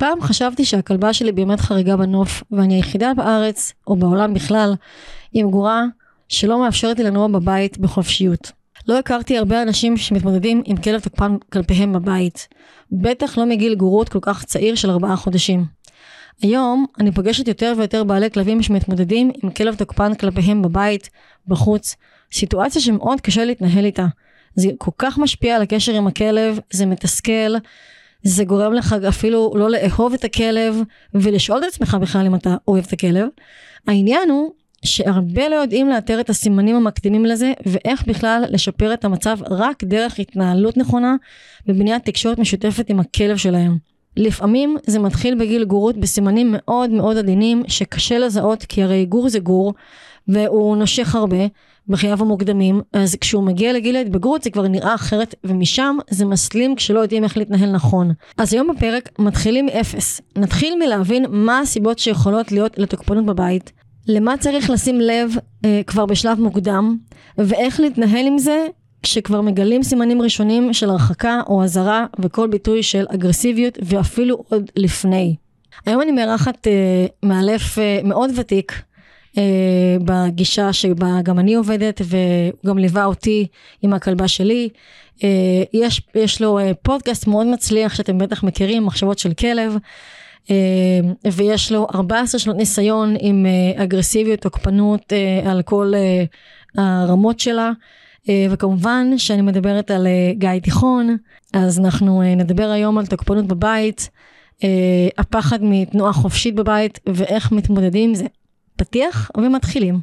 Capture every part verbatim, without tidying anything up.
פעם חשבתי שהכלבה שלי באמת חריגה בנוף, ואני היחידה בארץ, או בעולם בכלל, עם גורה שלא מאפשרת לי לנוע בבית בחופשיות. לא הכרתי הרבה אנשים שמתמודדים עם כלב תוקפן כלפיהם בבית. בטח לא מגיל גורות כל כך צעיר של ארבעה חודשים. היום אני פוגשת יותר ויותר בעלי כלבים שמתמודדים עם כלב תוקפן כלפיהם בבית, בחוץ. סיטואציה שמאוד קשה להתנהל איתה. זה כל כך משפיע על הקשר עם הכלב, זה מתסכל, זה גורם לך אפילו לא לאהוב את הכלב, ולשאול את עצמך בכלל אם אתה אוהב את הכלב. העניין הוא שהרבה לא יודעים לאתר את הסימנים המקדימים לזה, ואיך בכלל לשפר את המצב רק דרך התנהלות נכונה, ובניית תקשורת משותפת עם הכלב שלהם. לפעמים זה מתחיל בגיל גורות בסימנים מאוד מאוד עדינים, שקשה לזהות, כי הרי גור זה גור, והוא נושך הרבה בחייו המוקדמים, אז כשהוא מגיע לגיל ההתבגרות זה כבר נראה אחרת, ומשם זה מסלים כשלא יודעים איך להתנהל נכון. אז היום בפרק מתחילים מאפס. נתחיל מלהבין מה הסיבות שיכולות להיות לתוקפנות בבית, למה צריך לשים לב אה, כבר בשלב מוקדם, ואיך להתנהל עם זה כשכבר מגלים סימנים ראשונים של הרחקה או הזרה, וכל ביטוי של אגרסיביות, ואפילו עוד לפני. היום אני מארחת אה, מאלף אה, מאוד ותיק, Uh, בגישה שבה גם אני עובדת, והוא גם ליווה אותי עם הכלבה שלי. uh, יש, יש לו uh, פודקאסט מאוד מצליח שאתם בטח מכירים, מחשבות של כלב, uh, ויש לו ארבע עשרה שנות ניסיון עם uh, אגרסיביות, תוקפנות uh, על כל uh, הרמות שלה, uh, וכמובן שאני מדברת על uh, גיא תיכון. אז אנחנו uh, נדבר היום על תוקפנות בבית, uh, הפחד מתנועה חופשית בבית ואיך מתמודדים עם זה. פתיח ומתחילים.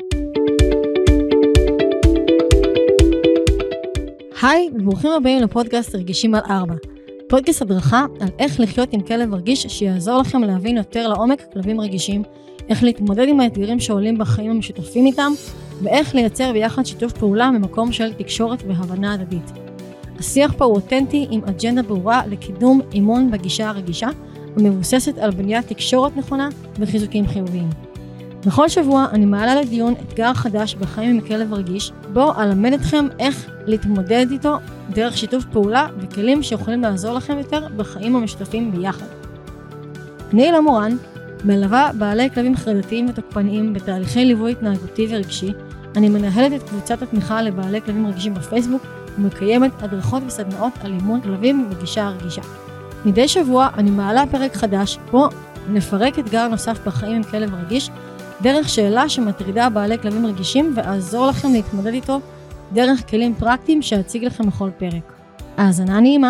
היי, וברוכים הבאים לפודקאסט רגישים על ארבע. פודקאסט הדרכה על איך לחיות עם כלב רגיש שיעזור לכם להבין יותר לעומק כלבים רגישים, איך להתמודד עם האתגרים שעולים בחיים המשותפים איתם, ואיך לייצר ביחד שיתוף פעולה ממקום של תקשורת והבנה הדדית. השיח פה הוא אותנטי עם אג'נדה ברורה לקידום אימון בגישה הרגישה, המבוססת על בניית תקשורת נכונה וחיזוקים חיוביים. בכל שבוע אני מעלה לדיון אתגר חדש בחיים עם כלב רגיש, בו אלמד אתכם איך להתמודד איתו דרך שיתוף פעולה וכלים שיכולים לעזור לכם יותר בחיים המשותפים ביחד. אני אילה מורן, מלווה בעלי כלבים חרדתיים ותוקפניים בתהליכי ליווי התנהגותי ורגשי. אני מנהלת את קבוצת התמיכה לבעלי כלבים רגישים בפייסבוק, ומקיימת הדרכות וסדנאות על אימון כלבים בגישה הרגישה. מדי שבוע אני מעלה פרק חדש, בו נפרק אתגר נוסף בחיים עם כלב רגיש, דרך שאלה שמטרידה בעלי כלבים רגישים, ועזור לכם להתמודד איתו דרך כלים פרקטיים שאציג לכם בכל פרק. האזנה נעימה.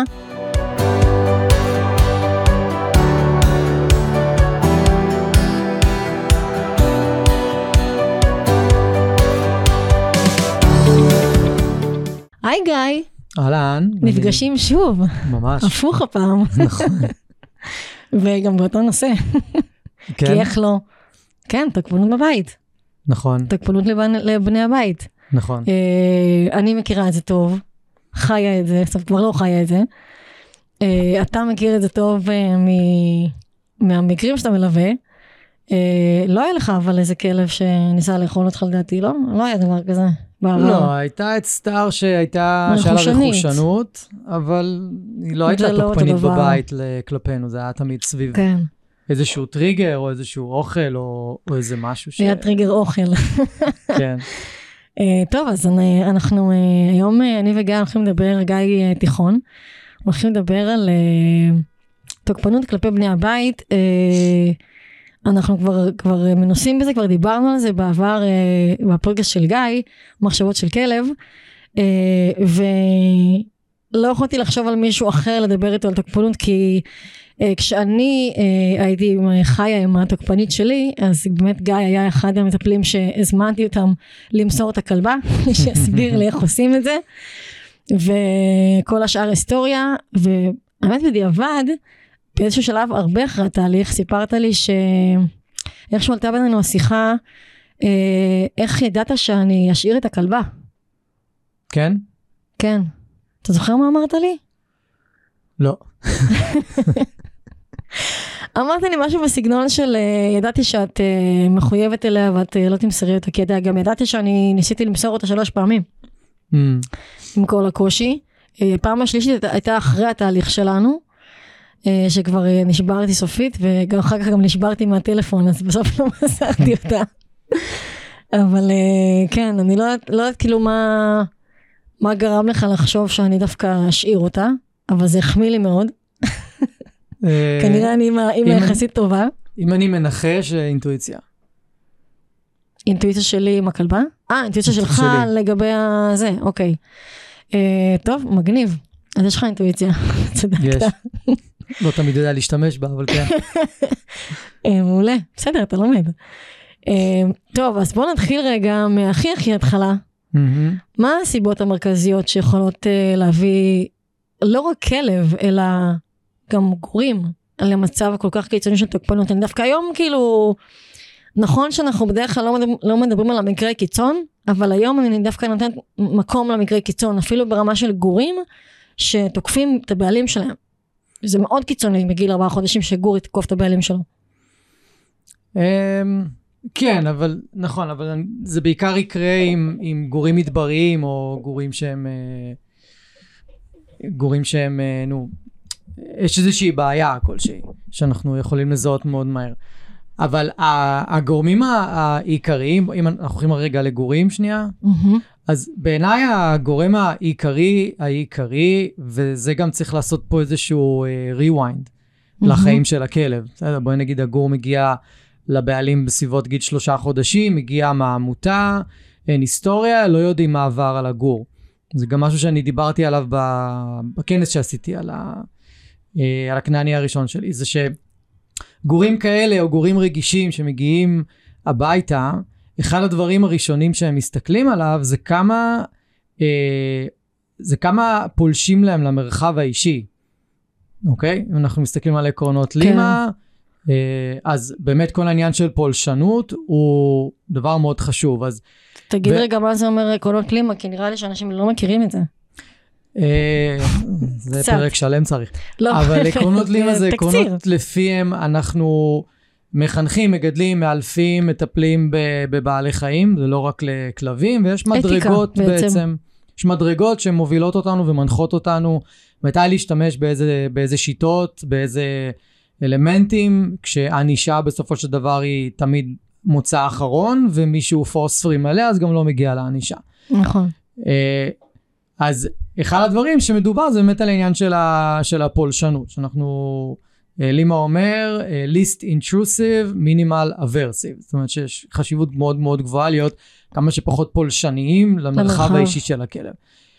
היי גיא. אהלן. נפגשים שוב. ממש. הפוך הפעם. נכון. וגם באותו נושא. כן. כי איך לא? כן, תוקפנות בבית. נכון. תוקפנות לבני, לבני הבית. נכון. אה, אני מכירה את זה טוב, חיה את זה, עכשיו כבר לא חיה את זה. אה, אתה מכיר את זה טוב אה, מ... מהמקרים שאתה מלווה. אה, לא היה לך אבל איזה כלב שניסה לאכול אותך לדעתי, לא? לא היה דבר כזה. בעבר. לא, הייתה את סטאר שהייתה שעלה רכושנות, אבל היא לא הייתה לא תוקפנית בבית כלפינו, זה היה תמיד סביב. כן. איזשהו טריגר, או איזשהו אוכל, או, או איזה משהו ש... היה טריגר אוכל. כן. uh, טוב, אז אני, אנחנו, uh, היום uh, אני וגיא הולכים לדבר, גיא uh, תיכון, הולכים לדבר על uh, תוקפנות כלפי בני הבית. Uh, אנחנו כבר, כבר מנוסים בזה, כבר דיברנו על זה בעבר, uh, בפודקאסט של גיא, מחשבות של כלב, uh, ולא יכולתי לחשוב על מישהו אחר לדבר איתו על תוקפנות, כי... כשאני הייתי חיה עם התוקפנית שלי, אז באמת גיא היה אחד המטפלים שהזמנתי אותם למסור את הכלבה, שיסביר לי איך עושים את זה, וכל השאר היסטוריה, והאמת בדיעבד, באיזשהו שלב הרבה אחרי התהליך, סיפרת לי שאיכשהו עלתה בינינו השיחה, איך ידעת שאני אשאיר את הכלבה? כן? כן. אתה זוכר מה אמרת לי? לא. אמרת לי משהו בסגנון של ידעתי שאת מחויבת אליה ואת לא תמסרי אותה, כי גם ידעתי שאני ניסיתי למסור אותה שלוש פעמים עם כל הקושי. פעם השלישית הייתה אחרי התהליך שלנו, שכבר נשברתי סופית, וגם אחר כך גם נשברתי מהטלפון, אז בסוף לא מסרתי אותה. אבל כן, אני לא יודעת כאילו מה, מה גרם לך לחשוב שאני דווקא אשאיר אותה, אבל זה החמיא לי מאוד. כנראה אני אימא יחסית טובה. אם אני מנחש, אינטואיציה. אינטואיציה שלי עם הכלבה? אה, אינטואיציה שלך לגבי זה, אוקיי. טוב, מגניב. אז יש לך אינטואיציה. יש. לא תמיד יודע להשתמש בה, אבל כן. מעולה. בסדר, אתה לומד. טוב, אז בואו נתחיל רגע מהכי הכי התחלה. מה הסיבות המרכזיות שיכולות להביא לא רק כלב, אלא גם גורים למצב כל כך קיצוני של תוקפנות? אני דווקא היום כאילו, נכון שאנחנו בדרך כלל לא, מדבר, לא מדברים על המקרה קיצון, אבל היום אני דווקא נותנת מקום למקרה קיצון, אפילו ברמה של גורים שתוקפים את הבעלים שלהם. זה מאוד קיצוני בגיל ארבעה חודשים שגור יתקוף את הבעלים שלו. כן, אבל נכון, אבל זה בעיקר יקרה עם, עם גורים מדבריים או גורים שהם גורים שהם, נו, יש איזושהי בעיה כלשהי שאנחנו יכולים לזהות מאוד מהר. אבל הגורמים העיקריים, אם אנחנו הולכים הרגע לגורים שנייה, אז בעיניי הגורם העיקרי, העיקרי, וזה גם צריך לעשות פה איזשהו rewind לחיים של הכלב. בסדר, בואי נגיד הגור מגיע לבעלים בסביבות גיל שלושה חודשים, מגיע מהעמותה, אין היסטוריה, לא יודעים מה עבר על הגור. זה גם משהו שאני דיברתי עליו בכנס שעשיתי על, ה, על הכנעני הראשון שלי, זה שגורים כאלה או גורים רגישים שמגיעים הביתה, אחד הדברים הראשונים שהם מסתכלים עליו זה כמה, זה כמה פולשים להם למרחב האישי. אוקיי? אם אנחנו מסתכלים על עקרונות כן. לימה, אז באמת כל העניין של פולשנות הוא דבר מאוד חשוב. אז תגיד ו... רגע מה זה אומר עקרונות לימה, כי נראה לי שאנשים לא מכירים את זה. זה פרק שלם צריך. לא. אבל עקרונות לימה זה עקרונות לפיהם אנחנו מחנכים, מגדלים, מאלפים, מטפלים בבעלי חיים, זה לא רק לכלבים, ויש מדרגות בעצם. בעצם, יש מדרגות שמובילות אותנו ומנחות אותנו, מתי להשתמש באיזה, באיזה שיטות, באיזה אלמנטים, כשהנישה בסופו של דבר היא תמיד מוצא אחרון, ומישהו פוספרי מלא, אז גם לא מגיע לאנישה. נכון. אז אחד הדברים שמדובר זה באמת על העניין של, ה, של הפולשנות, שאנחנו, לימה אומר, least intrusive, minimal aversive, זאת אומרת שיש חשיבות מאוד מאוד גבוהה להיות כמה שפחות פולשניים למרחב האישי של הכלב.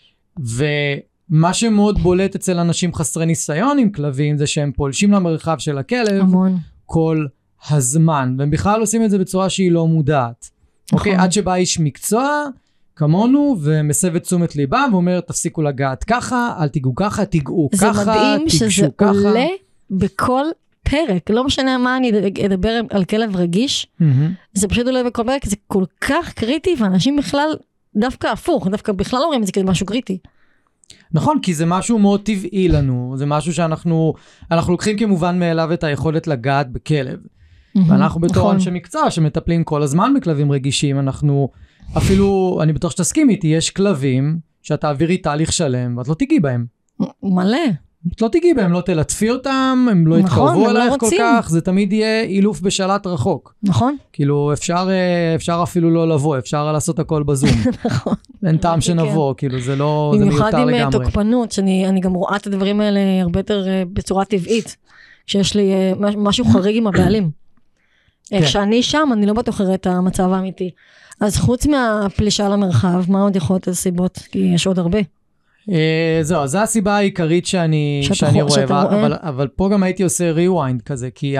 ומה שמאוד בולט אצל אנשים חסרי ניסיון עם כלבים, זה שהם פולשים למרחב של הכלב המון. כל הזמן, והם בכלל עושים את זה בצורה שהיא לא מודעת. אוקיי, עד שבא איש מקצוע, כמונו, ומסב את תשומת ליבה, ואומר, תפסיקו לגעת ככה, אל תיגעו ככה, תיגעו ככה, תיגשו ככה. זה מדהים שזה עולה בכל פרק, לא משנה מה אני אדבר על כלב רגיש, זה פשוט עולה בכל פרק, זה כל כך קריטי, ואנשים בכלל דווקא הפוך, דווקא בכלל לא רואים את זה כמשהו קריטי. נכון, כי זה משהו מאוד טבעי לנו, זה משהו שאנחנו, אנחנו לוקחים כמובן מאליו את היכולת לגעת בכלב, ואנחנו בתור אנשי מקצוע שמטפלים כל הזמן בכלבים רגישים, אנחנו אפילו, אני בטוח שתסכים איתי, יש כלבים שאתה עבירי תהליך שלם, ואת לא תיגעי בהם. מלא. את לא תיגעי בהם, לא תלטפי אותם, הם לא יתקרבו עלייך כל כך, זה תמיד יהיה אילוף בשלט רחוק. נכון. כאילו אפשר, אפשר אפילו לא לבוא, אפשר לעשות הכל בזום. נכון. אין טעם שנבוא, כאילו זה לא, זה מיותר לגמרי. במיוחד עם תוקפנות, שאני גם רואה את הדברים האלה הרבה יותר בצורה טבעית, שיש לי משהו חריג עם הבעלים. כשאני שם, אני לא בטוח את המצב האמיתי. אז חוץ מהפלישה למרחב, מה עוד יכול להיות הסיבות? כי יש עוד הרבה. זהו, זו הסיבה העיקרית שאני רואה, אבל פה גם הייתי עושה rewind כזה, כי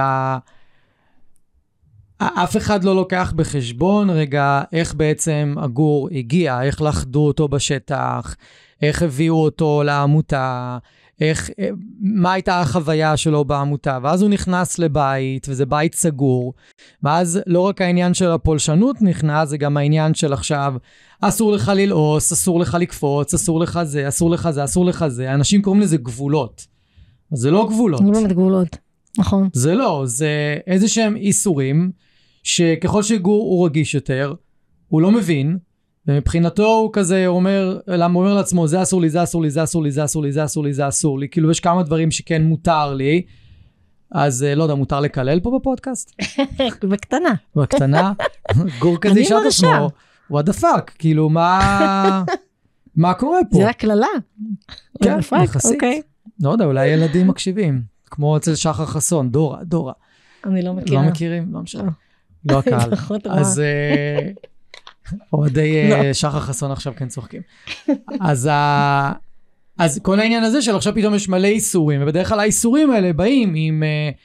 אף אחד לא לוקח בחשבון רגע איך בעצם הגור הגיע, איך לחדו אותו בשטח, איך הביאו אותו לעמותה, איך, מה הייתה החוויה שלו בעמותה, ואז הוא נכנס לבית, וזה בית סגור, ואז לא רק העניין של הפולשנות נכנס, זה גם העניין של עכשיו, אסור לך ללעוס, אסור לך לקפוץ, אסור לך זה, אסור לך זה, אסור לך זה, אנשים קוראים לזה גבולות, זה לא גבולות. זה לא באמת גבולות, נכון. זה לא, זה איזה שהם איסורים, שככל שגור הוא רגיש יותר, הוא לא מבין, ומבחינתו הוא כזה, הוא אומר, למה הוא אומר לעצמו, זה אסור לי, זה אסור לי, זה אסור לי, זה אסור לי, זה אסור לי, זה אסור לי, כאילו יש כמה דברים שכן מותר לי, אז לא יודע, מותר לקלל פה בפודקאסט? בקטנה. בקטנה? גור כזה ישאל את עצמו, what the fuck, כאילו מה, מה קורה פה? זה הכללה. כן, יחסית. לא יודע, אולי ילדים מקשיבים, כמו אצל שחר חסון, דורה, דורה. אני לא מכירה. לא מכירים? לא משנה. לא הקהל. אז אוהדי שחר חסון עכשיו כן צוחקים. אז אז כל העניין הזה של עכשיו פתאום יש מלא איסורים, ובדרך כלל האיסורים האלה באים עם,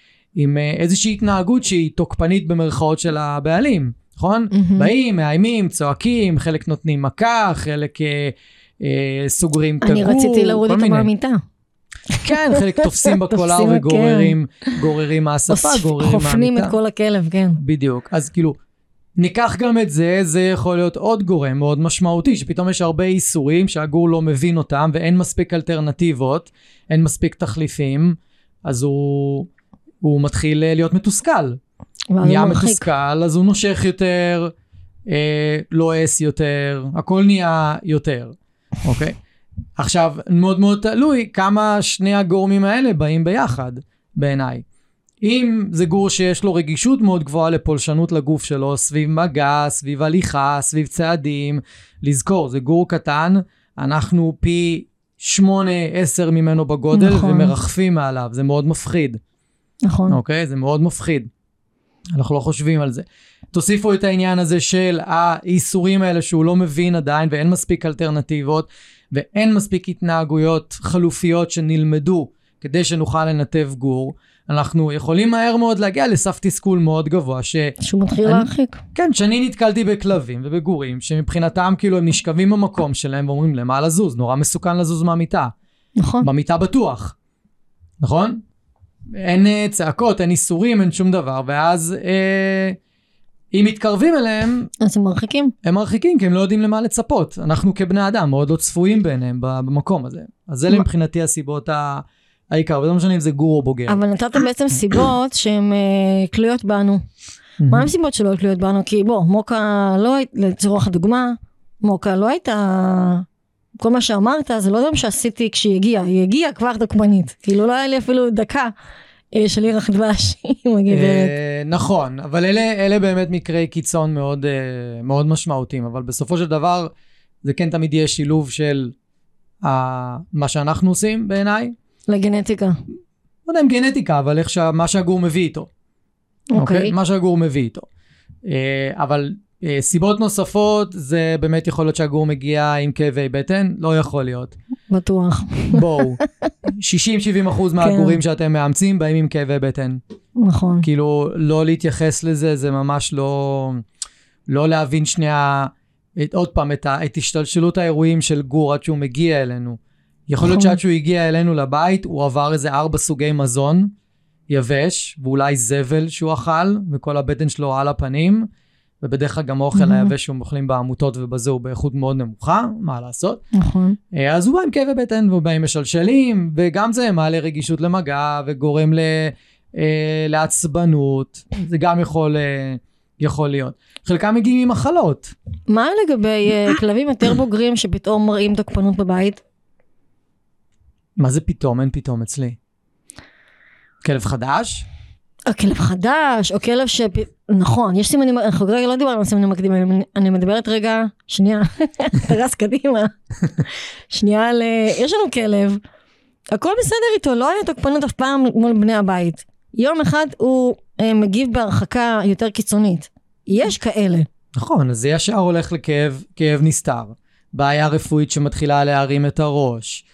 עם איזושהי התנהגות שהיא תוקפנית במרכאות של הבעלים, נכון? Mm-hmm. באים, מאיימים, צועקים, חלק נותנים מכה, חלק אה, אה, סוגרים תגור, אני רציתי להוריד אותו מהמיטה. כן, חלק תופסים בקולר וגוררים, כן. גוררים מהשפה, גוררים מהמיטה. חופנים את כל הכלב, כן. בדיוק, אז כאילו, ניקח גם את זה, זה יכול להיות עוד גורם מאוד משמעותי, שפתאום יש הרבה איסורים שהגור לא מבין אותם, ואין מספיק אלטרנטיבות, אין מספיק תחליפים, אז הוא, הוא מתחיל להיות מתוסכל. נהיה מתוסכל, אז הוא נושך יותר, אה, לועס יותר, הכל נהיה יותר, אוקיי? עכשיו, מאוד מאוד תלוי כמה שני הגורמים האלה באים ביחד, בעיניי. אם זה גור שיש לו רגישות מאוד גבוהה לפולשנות לגוף שלו, סביב מגע, סביב הליכה, סביב צעדים, לזכור, זה גור קטן, אנחנו פי שמונה, עשר ממנו בגודל, נכון. ומרחפים מעליו, זה מאוד מפחיד. נכון. אוקיי? זה מאוד מפחיד. אנחנו לא חושבים על זה. תוסיפו את העניין הזה של האיסורים האלה שהוא לא מבין עדיין, ואין מספיק אלטרנטיבות, ואין מספיק התנהגויות חלופיות שנלמדו, כדי שנוכל לנתב גור. אנחנו יכולים מהר מאוד להגיע לסף תסכול מאוד גבוה, ש... שהוא מתחיל להרחיק. כן, שאני נתקלתי בכלבים ובגורים, שמבחינתם כאילו הם נשכבים במקום שלהם, ואומרים למה לזוז, נורא מסוכן לזוז מהמיטה. נכון. במיטה בטוח. נכון? אין צעקות, אין איסורים, אין שום דבר, ואז אה, אם מתקרבים אליהם... אז הם מרחיקים. הם מרחיקים, כי הם לא יודעים למה לצפות. אנחנו כבני אדם מאוד לא צפויים ביניהם במקום הזה. אז זה מבחינתי הסיבות ה... העיקר, וזה לא משנה אם זה גור או בוגר. אבל נתתם בעצם סיבות שהן uh, תלויות בנו. מה הן סיבות שלא תלויות בנו? כי בוא, מוקה לא הייתה, לצורך הדוגמה, מוקה לא הייתה, כל מה שאמרת, זה לא דבר שעשיתי כשהיא הגיעה, היא הגיעה כבר תוקפנית. כאילו לא היה לי אפילו דקה uh, של ירח דבש עם הגברת. Uh, נכון, אבל אלה, אלה באמת מקרי קיצון מאוד, uh, מאוד משמעותיים, אבל בסופו של דבר, זה כן תמיד יהיה שילוב של uh, מה שאנחנו עושים בעיניי, לגנטיקה. לא יודע אם גנטיקה, אבל איך שה, מה שהגור מביא איתו. אוקיי? מה שהגור מביא איתו. אבל סיבות נוספות, זה באמת יכול להיות שהגור מגיע עם כאבי בטן, לא יכול להיות. בטוח. בואו. שישים שבעים אחוז מהגורים שאתם מאמצים, באים עם כאבי בטן. נכון. כאילו, לא להתייחס לזה, זה ממש לא, לא להבין שנייה, עוד פעם, את, את השתלשלות האירועים של גור עד שהוא מגיע אלינו. יכול להיות שעד שהוא הגיע אלינו לבית, הוא עבר איזה ארבע סוגי מזון, יבש, ואולי זבל שהוא אכל, וכל הבטן שלו על הפנים, ובדרך כלל גם אוכל היבש שהוא אוכלים בעמותות ובזה הוא באיכות מאוד נמוכה, מה לעשות? נכון. אז הוא בא עם כאבי בטן, והוא בא עם משלשלים, וגם זה מעלה רגישות למגע, וגורם ל, לעצבנות, זה גם יכול, יכול להיות. חלקם מגיעים עם מחלות. מה לגבי כלבים יותר בוגרים שפתאום מראים תוקפנות בבית? מה זה פתאום? אין פתאום אצלי. כלב חדש? או כלב חדש, או כלב ש... נכון, יש סימנים, אנחנו רגע לא דיברנו על סימנים מקדימים, אני מדברת רגע, שנייה, תרס קדימה, שנייה, ל... יש לנו כלב, הכל בסדר איתו, לא היה תוקפנות אף פעם מול בני הבית. יום אחד הוא אה, מגיב בהרחקה יותר קיצונית. יש כאלה. נכון, אז זה ישר הולך לכאב, כאב נסתר. בעיה רפואית שמתחילה להרים את הראש.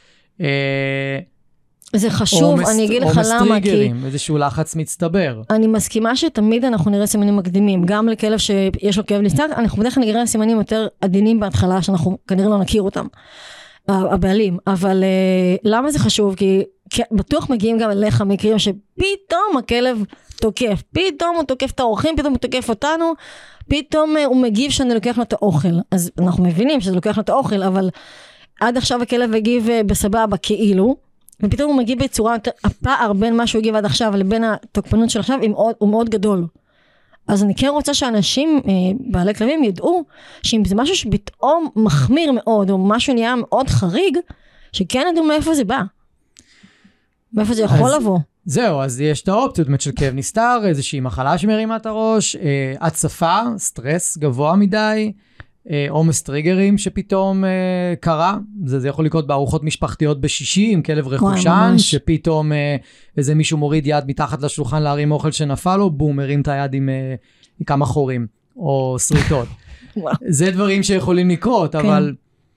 זה חשוב, אני אגיד לך למה, או מסטריגרים, איזשהו לחץ מצטבר. אני מסכימה שתמיד אנחנו נראה סימנים מקדימים, גם לכלב שיש לו כאב נסתר, אנחנו בדרך כלל נראה סימנים יותר עדינים בהתחלה, שאנחנו כנראה לא נכיר אותם, הבעלים, אבל למה זה חשוב? כי בטוח מגיעים גם אליך מקרים שפתאום הכלב תוקף, פתאום הוא תוקף את האורחים, פתאום הוא תוקף אותנו, פתאום הוא מגיב שאני לוקח לו את האוכל, אז אנחנו מבינים שזה לוקח לו את האוכל, אבל עד עכשיו הכלב הגיב בסבבה כאילו, ופתאום הוא מגיב בצורה, הפער בין מה שהוא הגיב עד עכשיו לבין התוקפנות של עכשיו הוא מאוד גדול. אז אני כן רוצה שאנשים, בעלי כלבים, ידעו שאם זה משהו שפתאום מחמיר מאוד, או משהו נהיה מאוד חריג, שכן ידעו מאיפה זה בא. מאיפה זה יכול לבוא. זהו, אז יש את האופציות, באמת של כאב נסתר, איזושהי מחלה שמרימה את הראש, אה, הצפה, סטרס גבוה מדי, אה, עומס טריגרים שפתאום אה, קרה, זה, זה יכול לקרות בארוחות משפחתיות בשישי, עם כלב רכושן, שפתאום אה, איזה מישהו מוריד יד מתחת לשולחן להרים אוכל שנפל לו, בום, מרים את היד עם, אה, עם כמה חורים, או שריטות. זה דברים שיכולים לקרות, כן. אבל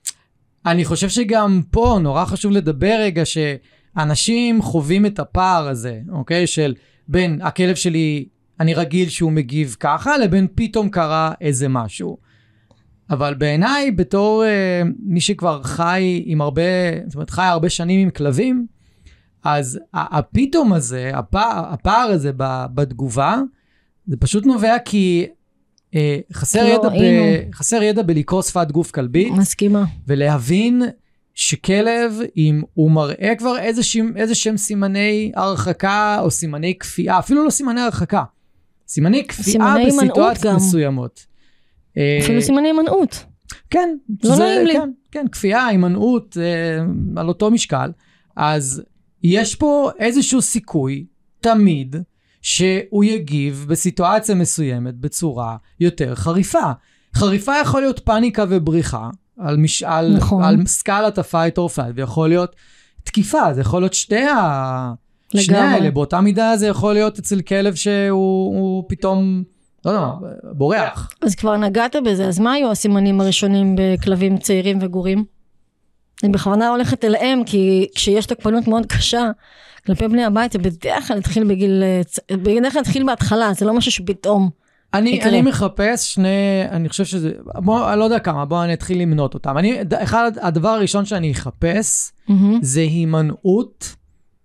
אני חושב שגם פה נורא חשוב לדבר רגע ש... אנשים חווים את הפער הזה, אוקיי? של בין הכלב שלי, אני רגיל שהוא מגיב ככה, לבין פתאום קרה איזה משהו. אבל בעיניי, בתור אה, מי שכבר חי עם הרבה, זאת אומרת, חי הרבה שנים עם כלבים, אז הפתאום הזה, הפער, הפער הזה בתגובה, זה פשוט נובע כי אה, חסר, לא ידע ב, חסר ידע בלקרוא שפת גוף כלבית. מסכימה. ולהבין שכלב, אם הוא מראה כבר איזה שהם סימני הרחקה, או סימני כפייה, אפילו לא סימני הרחקה, סימני כפייה בסיטואציות מסוימות. אפילו סימני הימנעות. כן. לא נעים לי. כן, כן, כפייה, הימנעות, על אותו משקל. אז יש פה איזשהו סיכוי, תמיד, שהוא יגיב בסיטואציה מסוימת, בצורה יותר חריפה. חריפה יכול להיות פאניקה ובריחה, על משאל, נכון. על סקלת הפייט אור פלייט, ויכול להיות תקיפה, זה יכול להיות שתי ה... שני האלה, באותה מידה זה יכול להיות אצל כלב שהוא פתאום, לא יודע, בורח. אז כבר נגעת בזה, אז מה היו הסימנים הראשונים בכלבים צעירים וגורים? אני בכוונה הולכת אליהם, כי כשיש תקפנות מאוד קשה, כלפי בני הבית, זה בדרך כלל התחיל בגיל, בדרך כלל התחיל בהתחלה, זה לא משהו שפתאום אני, אני מחפש שני, אני חושב שזה, בוא, אני לא יודע כמה, בוא אני אתחיל למנות אותם. אני, אחד, הדבר הראשון שאני אחפש, mm-hmm. זה הימנעות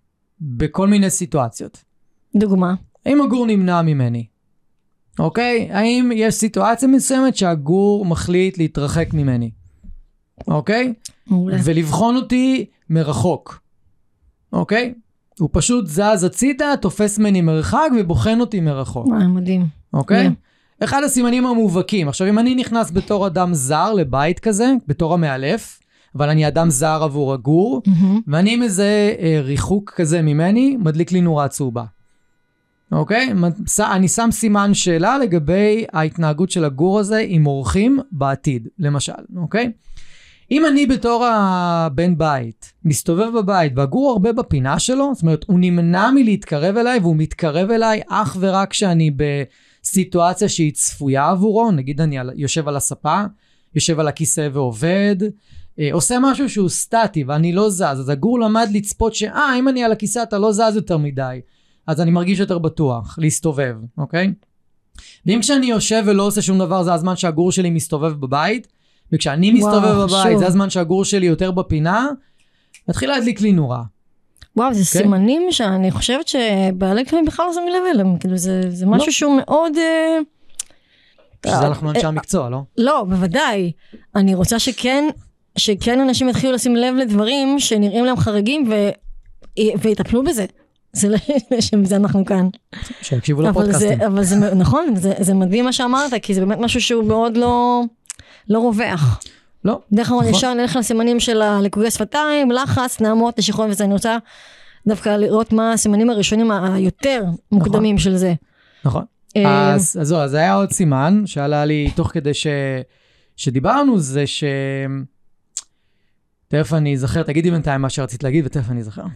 בכל מיני סיטואציות. דוגמה? האם הגור נמנע ממני? אוקיי? האם יש סיטואציה מסוימת שהגור מחליט להתרחק ממני? אוקיי? מעולה. ולבחון אותי מרחוק. אוקיי? הוא פשוט זז הצידה, תופס מני מרחק ובוחן אותי מרחוק. וואי, מדהים. אוקיי? Okay? Yeah. אחד הסימנים המובהקים. עכשיו, אם אני נכנס בתור אדם זר לבית כזה, בתור המאלף, אבל אני אדם זר עבור הגור, mm-hmm. ואני עם איזה אה, ריחוק כזה ממני, מדליק לי נורה צהובה. אוקיי? Okay? אני שם סימן שאלה לגבי ההתנהגות של הגור הזה עם אורחים בעתיד, למשל. אוקיי? Okay? אם אני בתור הבן בית, מסתובב בבית, והגור הרבה בפינה שלו, זאת אומרת, הוא נמנע מלהתקרב אליי, והוא מתקרב אליי אך ורק כשאני בסיטואציה שהיא צפויה עבורו, נגיד אני יושב על הספה, יושב על הכיסא ועובד, עושה משהו שהוא סטטי, ואני לא זז, אז הגור למד לצפות שאה, אם אני על הכיסא אתה לא זז יותר מדי, אז אני מרגיש יותר בטוח, להסתובב, אוקיי? ואם כשאני יושב ולא עושה שום דבר, זה הזמן שהגור שלי מסתובב בבית, וכשאני מסתובב וואו, בבית, שוב. זה הזמן שהגור שלי יותר בפינה, מתחיל להדליק לי נורה. וואו, זה okay. סימנים שאני חושבת שבעלי כלבים בכלל לא שמים לב אליהם, כאילו זה, זה משהו לא. שהוא מאוד... שזה אנחנו אנשי המקצוע, לא? לא, בוודאי. אני רוצה שכן, שכן אנשים יתחילו לשים לב לדברים שנראים להם חריגים, ו... ויטפלו בזה. זה לא שזה אנחנו כאן. שיקשיבו לפודקאסטים. אבל זה, נכון, זה, זה מדהים מה שאמרת, כי זה באמת משהו שהוא מאוד לא... לא רווח. לא. דרך כלל נשאר, נלך לסימנים של הליקויי שפתיים, לחץ, נעמות, נשיכון וזה. אני רוצה דווקא לראות מה הסימנים הראשונים היותר מוקדמים של זה. נכון. אז זו, אז היה עוד סימן שעלה לי תוך כדי שדיברנו, זה ש... תכף אני זוכר, תגידי בינתיים מה שרצית להגיד, ותכף אני זוכר.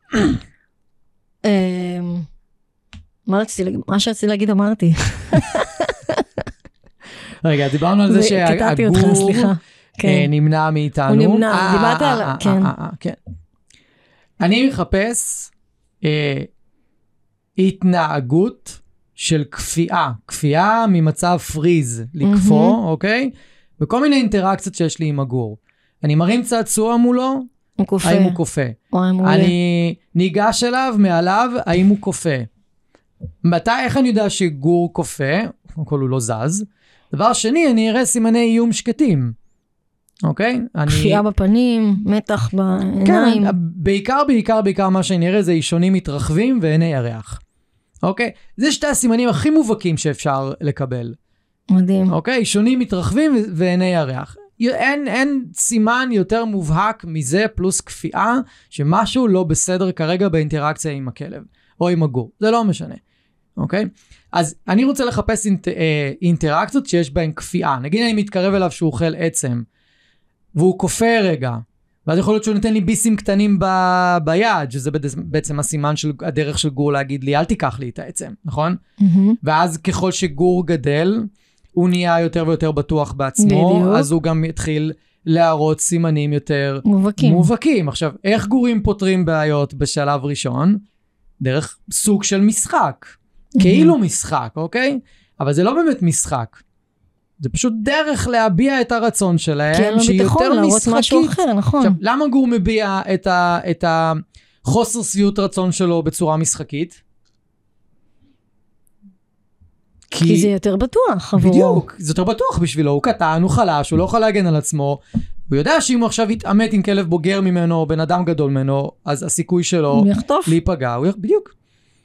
מה רציתי להגיד? מה שרציתי להגיד אמרתי. רגע, דיברנו על זה שהגור נמנע מאיתנו. הוא נמנע, דיברת על... כן. אני מחפש התנהגות של כפייה, כפייה ממצב פריז, לקפוא, אוקיי? בכל מיני אינטראקציות שיש לי עם הגור. אני מרים צעצוע מולו, האם הוא קופא. אני ניגש אליו, מעליו, האם הוא קופא. מתי, איך אני יודע שגור קופא? קודם כל הוא לא זז. דבר שני, אני אראה סימני איום שקטים. אוקיי? כפייה בפנים, מתח בעיניים. כן, בעיקר, בעיקר, בעיקר מה שאני אראה זה אישונים מתרחבים ועיני ירח. אוקיי? זה שתי הסימנים הכי מובהקים שאפשר לקבל. מדהים. אוקיי? שונים מתרחבים ועיני ירח. אין, אין סימן יותר מובהק מזה פלוס כפייה שמשהו לא בסדר כרגע באינטראקציה עם הכלב או עם הגור. זה לא משנה. אוקיי? אז אני רוצה לחפש אינט, אה, אינטראקציות שיש בהן כפייה. נגיד אני מתקרב אליו שהוא אוכל עצם והוא כופה רגע. ואז יכול להיות שהוא נותן לי ביסים קטנים ב, ביד, שזה בעצם הסימן של הדרך של גור להגיד לי, אל תיקח לי את העצם, נכון? Mm-hmm. ואז ככל שגור גדל, הוא נהיה יותר ויותר בטוח בעצמו, בדיוק. אז הוא גם יתחיל להראות סימנים יותר מובהקים. מובהקים. עכשיו, איך גורים פותרים בעיות בשלב ראשון? דרך סוג של משחק. Mm-hmm. כאילו משחק, אוקיי? אבל זה לא באמת משחק. זה פשוט דרך להביע את הרצון שלהם, שהיא יותר משחקית. אחר, נכון. עכשיו, למה גור מביע את, ה, את החוסר שביעות רצון שלו בצורה משחקית? כי, כי זה יותר בטוח. עבורו. בדיוק, זה יותר בטוח בשבילו. הוא קטן, הוא חלש, הוא לא יכול להגן על עצמו. הוא יודע שאם הוא עכשיו יתעמת עם כלב בוגר ממנו, או בן אדם גדול ממנו, אז הסיכוי שלו להיפגע. הוא יח... בדיוק.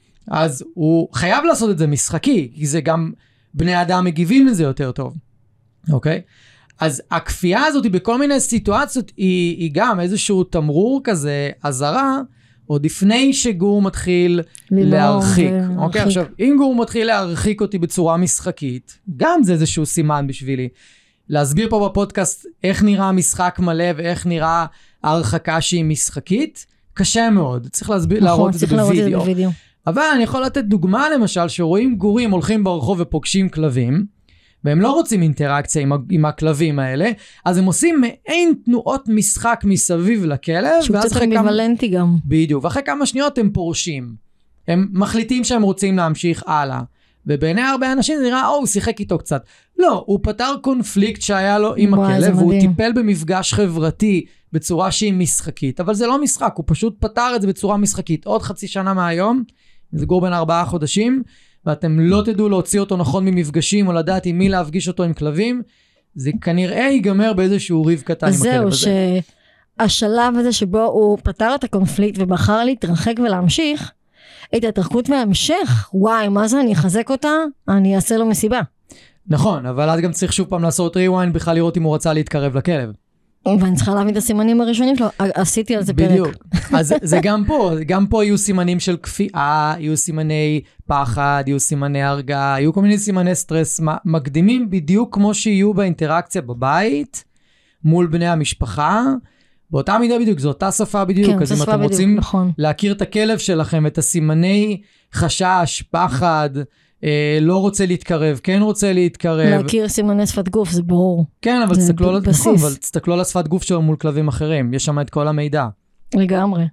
אז הוא חייב לעשות את זה משחקי, כי זה גם... בני אדם מגיבים לזה יותר טוב, אוקיי? אז הכפייה הזאת בכל מיני סיטואציות היא, היא גם איזשהו תמרור כזה, עזרה, עוד לפני שגור מתחיל להרחיק, אוקיי? עכשיו, אם גור מתחיל להרחיק אותי בצורה משחקית, גם זה איזשהו סימן בשבילי. להסביר פה בפודקאסט איך נראה משחק מלא ואיך נראה ההרחקה שהיא משחקית, קשה מאוד, צריך להסביר, נכון, להראות צריך את זה בווידאו. בווידאו. אבל אני יכול לתת דוגמה למשל, שרואים גורים הולכים ברחוב ופוגשים כלבים, והם לא רוצים אינטראקציה עם, עם הכלבים האלה, אז הם עושים מעין תנועות משחק מסביב לכלב, שהוא קצת אמביוולנטי כמה... גם. בדיוק, ואחרי כמה שניות הם פורשים. הם מחליטים שהם רוצים להמשיך הלאה. ובעיני הרבה אנשים זה נראה, או, הוא שיחק איתו קצת. לא, הוא פתר קונפליקט שהיה לו עם וואי, הכלב, והוא טיפל במפגש חברתי בצורה שהיא משחקית, אבל זה לא משחק, הוא פשוט פתר את זה בצורה משחקית. עוד חצי שנה מהיום, זה גור בין ארבעה חודשים, ואתם לא תדעו להוציא אותו נכון ממפגשים, או לדעת עם מי להפגיש אותו עם כלבים, זה כנראה ייגמר באיזשהו ריב קטן עם הכלב הזה. זהו, שהשלב הזה שבו הוא פתר את הקונפליקט, ובחר להתרחק ולהמשיך, את ההתרחקות וההמשך, וואי, מה זה, אני אחזק אותה, אני אעשה לו מסיבה. נכון, אבל אז גם צריך שוב פעם לעשות ריוויינד, בכלל לראות אם הוא רצה להתקרב לכלב. ואני צריכה להבין את הסימנים הראשונים שלו, עשיתי על זה פרק. בדיוק, אז זה גם פה, גם פה יהיו סימנים של כפייה, יהיו סימני פחד, יהיו סימני הרגעה, יהיו כל מיני סימני סטרס מקדימים, בדיוק כמו שיהיו באינטראקציה בבית, מול בני המשפחה, באותה מידה בדיוק, זו אותה שפה בדיוק, כן, אז אם אתם בדיוק, רוצים נכון. להכיר את הכלב שלכם, את הסימני חשש, פחד, אה, לא רוצה להתקרב, כן רוצה להתקרב. להכיר סימני שפת גוף, זה ברור. כן, אבל תסתכלו על, נכון, אבל תסתכלו על השפת גוף שלו מול כלבים אחרים, יש שם את כל המידע. לגמרי.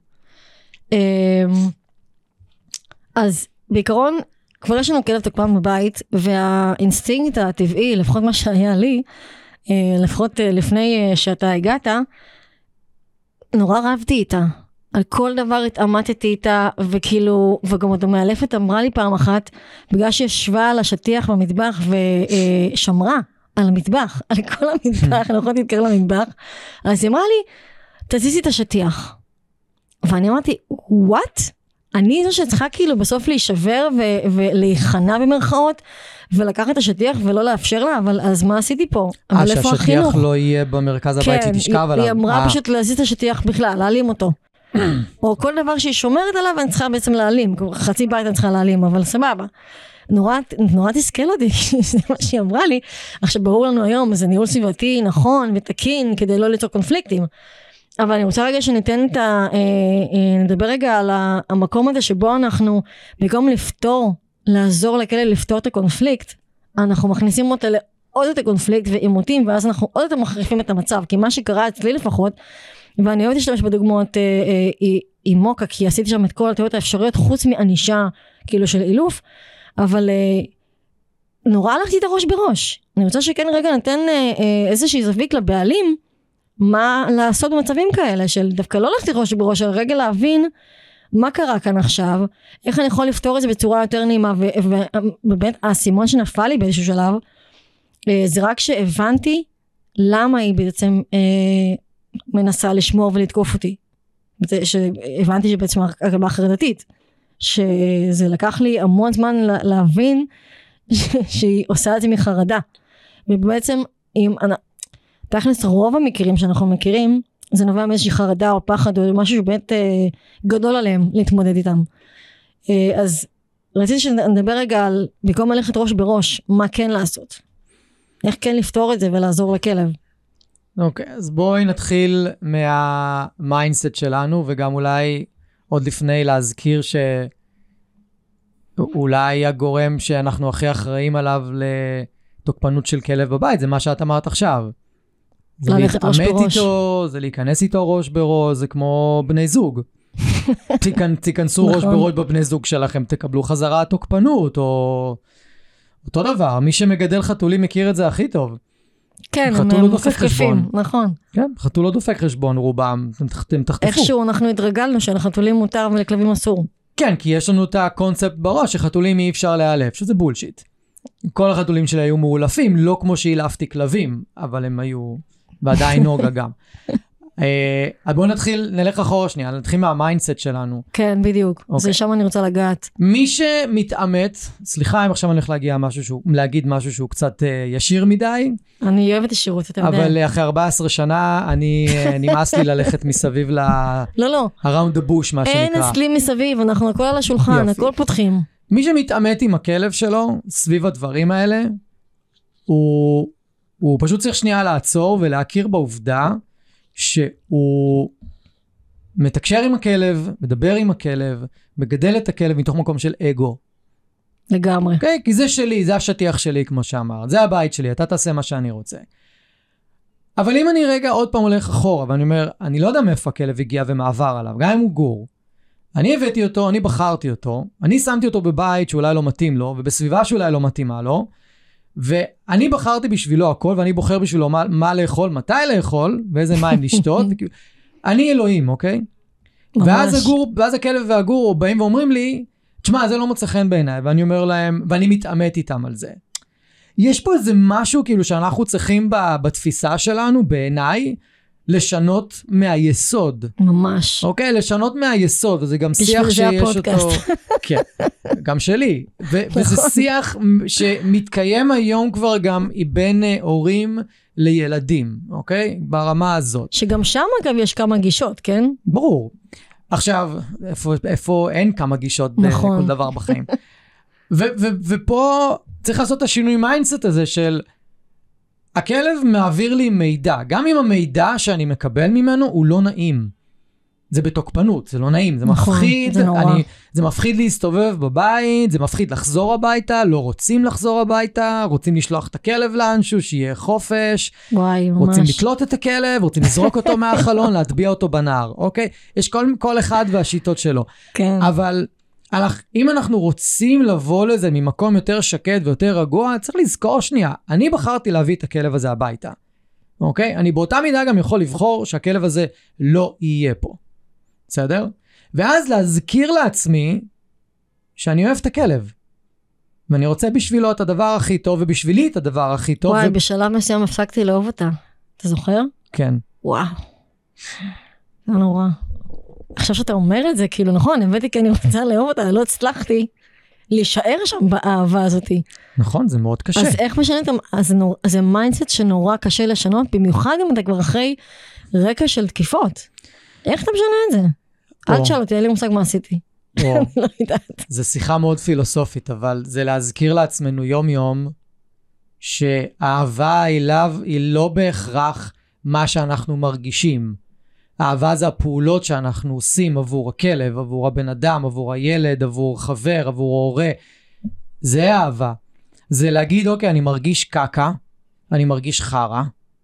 אז בעיקרון, כבר יש לנו כלב תוקפן בבית, והאינסטינקט הטבעי, לפחות מה שהיה לי, לפחות לפני שאתה הגעת, נורא רבתי איתה. על כל דבר התאמתתי איתה, וכאילו, וגם עוד המאלפת אמרה לי פעם אחת, בגלל שישבה על השטיח במטבח, ושמרה על המטבח, על כל המטבח, אני יכולת להתקרב למטבח, אז היא אמרה לי, תזיזי את השטיח. ואני אמרתי, what? אני זו שצריכה כאילו בסוף להישבר, ולהיכנע במרכאות, ולקחת את השטיח ולא לאפשר לה, אבל אז מה עשיתי פה? אה, שהשטיח לא יהיה במרכז הבית, היא תשכב עליו. כן, היא אמרה פשוט להזיז את השטיח בכלל, להעלים אותו. או כל דבר שהיא שומרת עליו, אני צריכה בעצם להעלים, חצי בית אני צריכה להעלים, אבל סבבה. נורא, נורא תסכל אותי, זה מה שהיא אמרה לי. עכשיו ברור לנו היום, זה ניהול סביבתי נכון ותקין, כדי לא ליצור קונפליקטים. אבל אני רוצה רגע שניתן את ה... נדבר רגע על המקום הזה שבו אנחנו, במקום לפתור, לעזור לכלב לפתור את הקונפליקט, אנחנו מכניסים אותה לעוד את הקונפליקט ועימותים, ואז אנחנו עוד יותר מחריפים את המצב, כי מה שקרה אצלי לפחות, ואני אוהבת להשתמש בדוגמאות אה, אה, עם מוקה, כי עשיתי שם את כל התיאוריות האפשריות, חוץ מענישה כאילו של אילוף, אבל אה, נורא הלכתי את הראש בראש. אני רוצה שכן רגע נתן אה, אה, איזושהי זווית לבעלים, מה לעשות במצבים כאלה, של דווקא לא הלכתי ראש בראש, אבל רגע להבין מה קרה כאן עכשיו, איך אני יכול לפתור את זה בצורה יותר נעימה, ובאמת הסימון שנפל לי באיזשהו שלב, אה, זה רק שהבנתי למה היא בעצם... אה, מנסה לשמור ולתקוף אותי. שהבנתי שבעצם הכלבה חרדתית. שזה לקח לי המון זמן להבין שהיא עושה את זה מחרדה. ובעצם, אם תכלס רוב המקרים שאנחנו מכירים, זה נובע מאיזושהי חרדה או פחד או משהו שבאמת אה, גדול עליהם להתמודד איתם. אה, אז רציתי שנדבר רגע על, במקום ללכת ראש בראש, מה כן לעשות. איך כן לפתור את זה ולעזור לכלב. אוקיי, okay, אז בואי נתחיל מהמיינדסט שלנו, וגם אולי עוד לפני להזכיר שאולי הגורם שאנחנו הכי אחראים עליו לתוקפנות של כלב בבית, זה מה שאת אמרת עכשיו. זה להתעמת איתו, זה להיכנס איתו ראש בראש, זה כמו בני זוג. תיכנסו ראש בראש בבני זוג שלכם, תקבלו חזרה תוקפנות, או אותו דבר, מי שמגדל חתולים מכיר את זה הכי טוב. כן, הם מפקפים, נכון. כן, חתול לא דופק חשבון רובם, אתם תחטפו. איכשהו אנחנו התרגלנו שלחתולים מותר ולכלבים אסור. כן, כי יש לנו את הקונספט בראש שחתולים אי אפשר להיעלף, שזה בולשיט. כל החתולים שלי היו מאולפים, לא כמו שהילפתי כלבים, אבל הם היו, ועדיין נוגה גם. אז בואו נתחיל, נלך אחורה שנייה, נתחיל מהמיינדסט שלנו. כן, בדיוק. זה שם אני רוצה לגעת. מי שמתאמת, סליחה אם עכשיו אני הולך להגיע משהו שהוא, להגיד משהו שהוא קצת ישיר מדי. אני אוהבת ישירות, אתה יודע. אבל אחרי ארבע עשרה שנה, אני נמאס לי ללכת מסביב ל... לא, לא. around the bush, מה שנקרא. אין אצלי מסביב, אנחנו הכל על השולחן, הכל פותחים. מי שמתאמת עם הכלב שלו, סביב הדברים האלה, הוא, הוא פשוט צריך שנייה לעצור ולהכיר בעובדה, שהוא מתקשר עם הכלב, מדבר עם הכלב, מגדל את הכלב מתוך מקום של אגו. לגמרי. Okay? כי זה שלי, זה השטיח שלי, כמו שאמרת. זה הבית שלי, אתה תעשה מה שאני רוצה. אבל אם אני רגע עוד פעם הולך אחורה, ואני אומר, אני לא יודע מאיפה הכלב הגיע ומעבר עליו, גם אם הוא גור. אני הבאתי אותו, אני בחרתי אותו, אני שמתי אותו בבית שאולי לא מתאים לו, ובסביבה שאולי לא מתאימה לו, ואני בחרתי בשבילו הכל, ואני בוחר בשבילו מה, מה לאכול, מתי לאכול, ואיזה מים לשתות. אני אלוהים, אוקיי? ואז, הגור, ואז הכלב והגור באים ואומרים לי, תשמע, זה לא מוצא חן בעיניי, ואני אומר להם, ואני מתאמת איתם על זה. יש פה איזה משהו כאילו שאנחנו צריכים בתפיסה שלנו, בעיניי, לשנות מהיסוד. ממש. אוקיי, לשנות מהיסוד, וזה גם שיח שיש אותו... כן, גם שלי. וזה שיח שמתקיים היום כבר גם בין הורים לילדים, אוקיי? ברמה הזאת. שגם שם אגב יש כמה גישות, כן? ברור. עכשיו, איפה, איפה אין כמה גישות נכון. בכל דבר בחיים. ו- ו- ופה צריך לעשות את השינוי מיינדסט הזה של... הכלב מעביר לי מידע, גם אם המידע שאני מקבל ממנו הוא לא נעים. זה בתוקפנות, זה לא נעים, זה נכון, מפחיד, זה נורא. אני, זה מפחיד להסתובב בבית, זה מפחיד לחזור הביתה, לא רוצים לחזור הביתה, רוצים לשלוח את הכלב לאנשהו, שיהיה חופש, וואי, ממש. רוצים לקלוט את הכלב, רוצים לזרוק אותו מהחלון, להטביע אותו בנהר, אוקיי? יש כל, כל אחד והשיטות שלו. כן. אבל... אם אנחנו רוצים לבוא לזה ממקום יותר שקט ויותר רגוע, צריך לזכור שנייה, אני בחרתי להביא את הכלב הזה הביתה, אוקיי? אני באותה מידה גם יכול לבחור שהכלב הזה לא יהיה פה, בסדר? ואז להזכיר לעצמי שאני אוהב את הכלב, ואני רוצה בשבילו את הדבר הכי טוב, ובשבילי את הדבר הכי טוב. וואי, ו... בשלב מסוים הפסקתי לאהוב אותה, אתה זוכר? כן. וואו, זה נורא. עכשיו שאתה אומר את זה, כאילו נכון, הבאתי כי אני רוצה לאהוב אותה, לא הצלחתי להישאר שם באהבה הזאת. נכון, זה מאוד קשה. אז איך משנת, אז זה מיינדסט שנורא קשה לשנות, במיוחד אם אתה כבר אחרי רקע של תקיפות. איך אתה משנה את זה? אל תשאל אותי, אין לי מושג מה עשיתי. אני לא יודעת. זה שיחה מאוד פילוסופית, אבל זה להזכיר לעצמנו יום יום, שהאהבה אליו היא לא בהכרח מה שאנחנו מרגישים. האהבה זה הפעולות שאנחנו עושים עבור הכלב, עבור הבן אדם, עבור הילד, עבור חבר, עבור ההורה. זה אהבה. זה להגיד, אוקיי, אני מרגיש קקה, אני מרגיש חרה.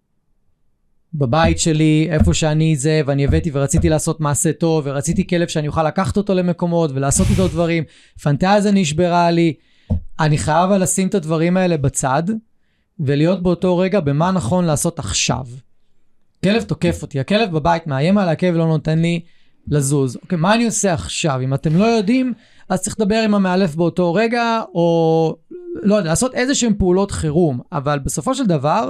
בבית שלי, איפה שאני זה, ואני הבאתי ורציתי לעשות מעשה טוב, ורציתי כלב שאני אוכל לקחת אותו למקומות, ולעשות איתו דברים. פנטזיה נשברה לי. אני חייב לשים את הדברים האלה בצד, ולהיות באותו רגע במה נכון לעשות עכשיו. הכלב תוקף אותי, הכלב בבית מאיים על הכלב לא נותן לי לזוז. אוקיי, מה אני עושה עכשיו? אם אתם לא יודעים, אז צריך לדבר עם המאלף באותו רגע, או לא יודע, לעשות איזשהם פעולות חירום. אבל בסופו של דבר,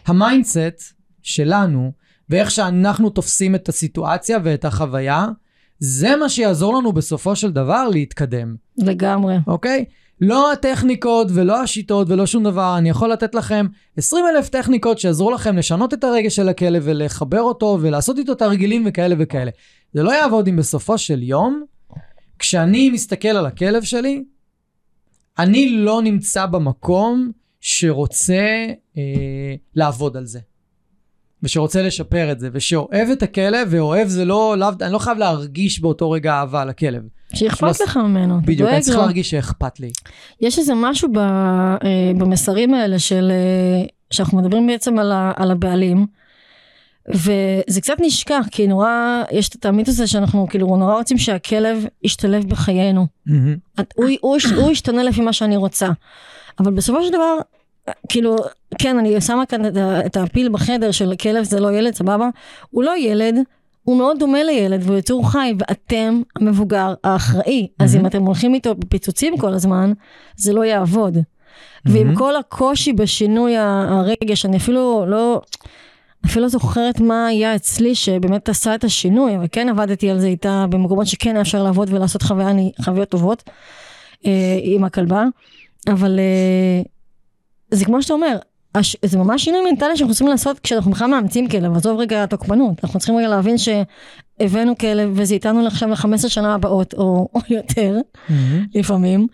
המיינדסט שלנו, ואיך שאנחנו תופסים את הסיטואציה ואת החוויה, זה מה שיעזור לנו בסופו של דבר להתקדם. לגמרי. אוקיי? לא הטכניקות ולא השיטות ולא שום דבר, אני יכול לתת לכם עשרים אלף טכניקות שיעזרו לכם לשנות את הרגש של הכלב ולחבר אותו ולעשות איתו תרגילים וכאלה וכאלה. זה לא יעבוד אם בסופו של יום, כשאני מסתכל על הכלב שלי, אני לא נמצא במקום שרוצה אה, לעבוד על זה. ושרוצה לשפר את זה, ושאוהב את הכלב, ואוהב זה לא, לא אני לא חייב להרגיש באותו רגע אהבה לכלב. שאכפת לך ממנו. בדיוק, אני צריך להרגיש שאכפת לי. יש איזה משהו במסרים האלה של, שאנחנו מדברים בעצם על, על הבעלים, וזה קצת נשכח, כי נורא, יש את המיתוס הזה שאנחנו כאילו נורא רוצים שהכלב ישתלב בחיינו. הוא, הוא, הוא ישתנה לפי מה שאני רוצה. אבל בסופו של דבר, כאילו, כן, אני שמה כאן את, את הפיל בחדר של כלב, זה לא ילד, סבבה? הוא לא ילד, הוא מאוד דומה לילד, והוא יצור חי, ואתם המבוגר האחראי. אז אם אתם הולכים איתו בפיצוצים כל הזמן, זה לא יעבוד. ועם כל הקושי בשינוי הרגש, אני אפילו לא, אפילו לא זוכרת מה היה אצלי, שבאמת עשה את השינוי, וכן עבדתי על זה איתה, במקומות שכן היה אפשר לעבוד ולעשות חוויה, חוויות טובות, אה, עם הכלבה. אבל אה, זה כמו שאתה אומר, זה ממש שינוי מנטלי שאנחנו צריכים לעשות כשאנחנו בכלל מאמצים כלב, עזוב רגע התוקפנות, אנחנו צריכים רגע להבין שהבאנו כלב וזה איתנו עכשיו ל-חמש עשרה שנה הבאות או, או יותר, mm-hmm. לפעמים,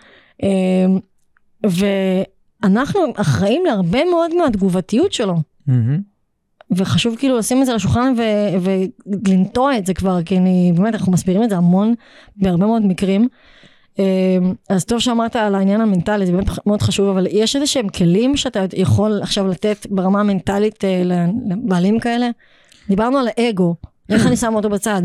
ואנחנו אחראים להרבה מאוד מהתגובתיות שלו, mm-hmm. וחשוב כאילו לשים את זה על השולחן ו- ולנטוע את זה כבר, כי אני, באמת אנחנו מסבירים את זה המון, בהרבה מאוד מקרים, אז טוב שאמרת על העניין המנטלי, זה באמת מאוד חשוב, אבל יש איזה שהם כלים שאתה יכול עכשיו לתת ברמה המנטלית לבעלים כאלה? דיברנו על האגו, איך אני שם אותו בצד?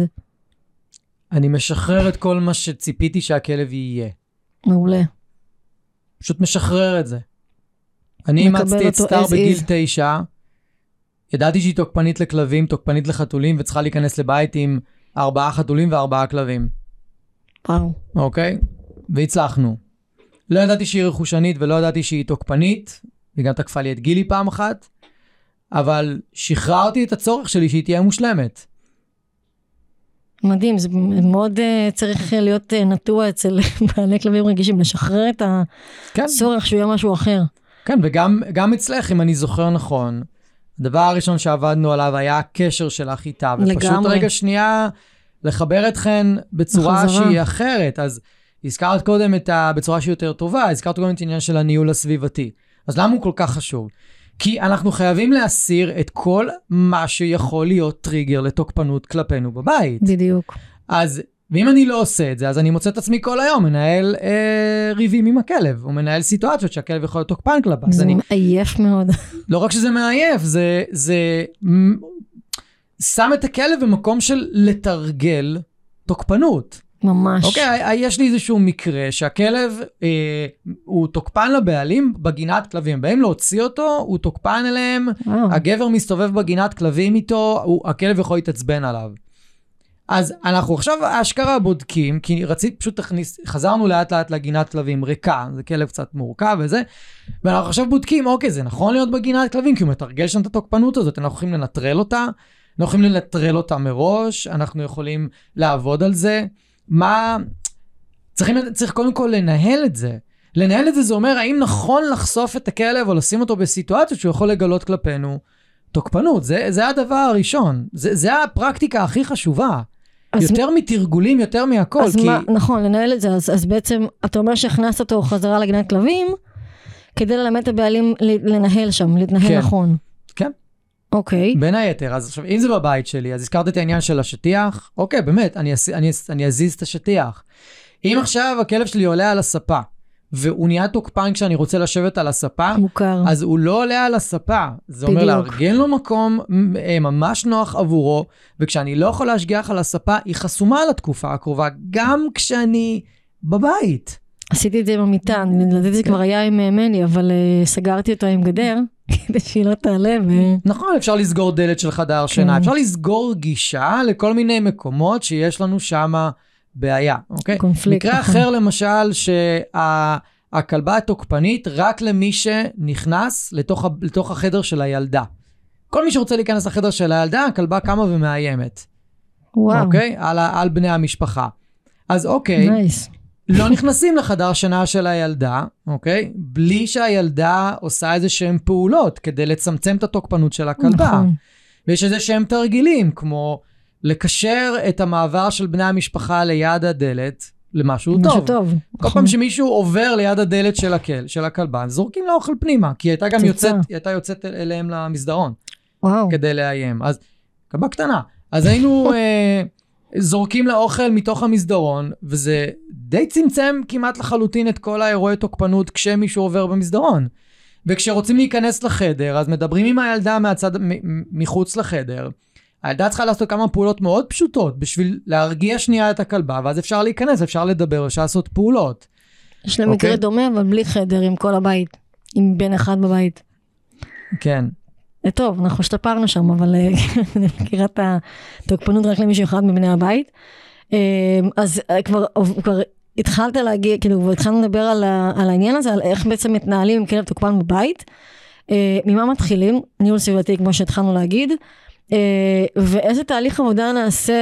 אני משחרר את כל מה שציפיתי שהכלב יהיה. מעולה. פשוט משחרר את זה. אני אימצתי את סטאר בגיל תשע, ידעתי שהיא תוקפנית לכלבים, תוקפנית לחתולים, וצריכה להיכנס לבית עם ארבעה חתולים וארבעה כלבים. וואו. אוקיי? והצלחנו. לא ידעתי שהיא רכושנית ולא ידעתי שהיא תוקפנית, וגם תקפה לי את גילי פעם אחת, אבל שחררתי את הצורך שלי שהיא תהיה מושלמת. מדהים, זה מאוד uh, צריך להיות uh, נטוע אצל בעלי כלבים רגישים, לשחרר את הצורך כן. שהוא יהיה משהו אחר. כן, וגם גם אצלך, אם אני זוכר נכון, הדבר הראשון שעבדנו עליו היה הקשר שלך איתה, ופשוט לגמרי. רגע שנייה לחבר אתכן בצורה בחזרה. שהיא אחרת. אז הזכרת קודם את ה... בצורה שהיא יותר טובה, הזכרת קודם את העניין של הניהול הסביבתי. אז למה הוא כל כך חשוב? כי אנחנו חייבים להסיר את כל מה שיכול להיות טריגר לתוקפנות כלפינו בבית. בדיוק. אז, ואם אני לא עושה את זה, אז אני מוצא את עצמי כל היום, מנהל אה, ריבים עם הכלב, או מנהל סיטואציות שהכלב יכול להיות תוקפן כלבה. זה אני... מעייף מאוד. לא רק שזה מעייף, זה, זה שם את הכלב במקום של לתרגל תוקפנות. ממש. אוקיי, יש לי איזשהו מקרה שהכלב אה, הוא תוקפן לבעלים בגינת כלבים. באים להוציא אותו, הוא תוקפן אליהם, וואו. הגבר מסתובב בגינת כלבים איתו, הוא, הכלב יכול להתעצבן עליו. אז אנחנו עכשיו האשכרה בודקים, כי רציתי פשוט תכניס, חזרנו לאט לאט לגינת כלבים ריקה, זה כלב קצת מורכב וזה, ואנחנו עכשיו בודקים, אוקיי, זה נכון להיות בגינת כלבים, כי הוא מתרגל שם את התוקפנות הזאת, אנחנו יכולים לנטרל אותה, אנחנו יכולים לנטרל אותה מראש, אנחנו יכולים לעבוד על זה, מה, צריכים, צריך קודם כל לנהל את זה. לנהל את זה זה אומר, האם נכון לחשוף את הכלב או לשים אותו בסיטואציות שהוא יכול לגלות כלפינו תוקפנות. זה, זה הדבר הראשון. זה, זה הפרקטיקה הכי חשובה. יותר מ... מתרגולים, יותר מהכל. אז כי... מה, נכון, לנהל את זה. אז, אז בעצם, אתה אומר שהכנסת אותו חזרה לגינת כלבים, כדי ללמד את הבעלים לנהל שם, להתנהל כן. נכון. כן. אוקיי. בין היתר, אז עכשיו, אם זה בבית שלי, אז הזכרת את העניין של השטיח, אוקיי, באמת, אני, אני, אני אזיז את השטיח. אם עכשיו הכלב שלי עולה על הספה, והוא נהיה תוקפן כשאני רוצה לשבת על הספה, מוכר. אז הוא לא עולה על הספה. זה בדיוק. אומר לארגן לו מקום ממש נוח עבורו, וכשאני לא יכול להשגיח על הספה, היא חסומה על התקופה הקרובה, גם כשאני בבית. עשיתי את זה עם המיטה, אני לדעתי זה כבר היה עם מני, אבל uh, סגרתי אותו עם גדר, כדי שהיא לא תעלה. ו... נכון, אפשר לסגור דלת של חדר שינה, אפשר לסגור גישה לכל מיני מקומות שיש לנו שם בעיה, אוקיי? קונפליקט. מקרה אחר למשל, שהכלבה התוקפנית רק למי שנכנס לתוך, לתוך החדר של הילדה. כל מי שרוצה להיכנס לחדר של הילדה, הכלבה קמה ומאיימת. וואו. אוקיי? על, על בני המשפחה. אז אוקיי, נייס. לא נכנסים לחדר שינה של הילדה, אוקיי? בלי שהילדה עושה איזה שהן פעולות, כדי לצמצם את התוקפנות של הכלבה. נכון. ויש איזה שהם תרגילים, כמו לקשר את המעבר של בני המשפחה ליד הדלת, למשהו טוב. משהו טוב. כל פעם שמישהו עובר ליד הדלת של הכל, של הכלבה, זורקים לה אוכל פנימה, כי היא הייתה גם יוצאת, היא הייתה יוצאת אליהם למסדרון. וואו. כדי לאיים. אז, כלבה קטנה. אז היינו אה, זורקים לה אוכל מתוך המסדרון, וזה די צמצם כמעט לחלוטין את כל האירועי תוקפנות כשמישהו עובר במסדרון. וכשרוצים להיכנס לחדר, אז מדברים עם הילדה מהצד, מחוץ לחדר. הילדה צריכה לעשות כמה פעולות מאוד פשוטות, בשביל להרגיע שנייה את הכלבה, ואז אפשר להיכנס, אפשר לדבר, אפשר לעשות פעולות. יש להם מקרה דומה, אבל בלי חדר, עם כל הבית. עם בן אחד בבית. כן. טוב, אנחנו השתפרנו שם, אבל אני מכירה את התוקפנות רק למישהו אחד מבני הבית. אז כבר, כבר התחלת להגיע, כאילו, התחלנו לדבר על, על העניין הזה, על איך בעצם מתנהלים עם כלב תוקפן בבית. ממה מתחילים? ניהול סביבתי, כמו שהתחלנו להגיד. ואיזה תהליך עבודה נעשה,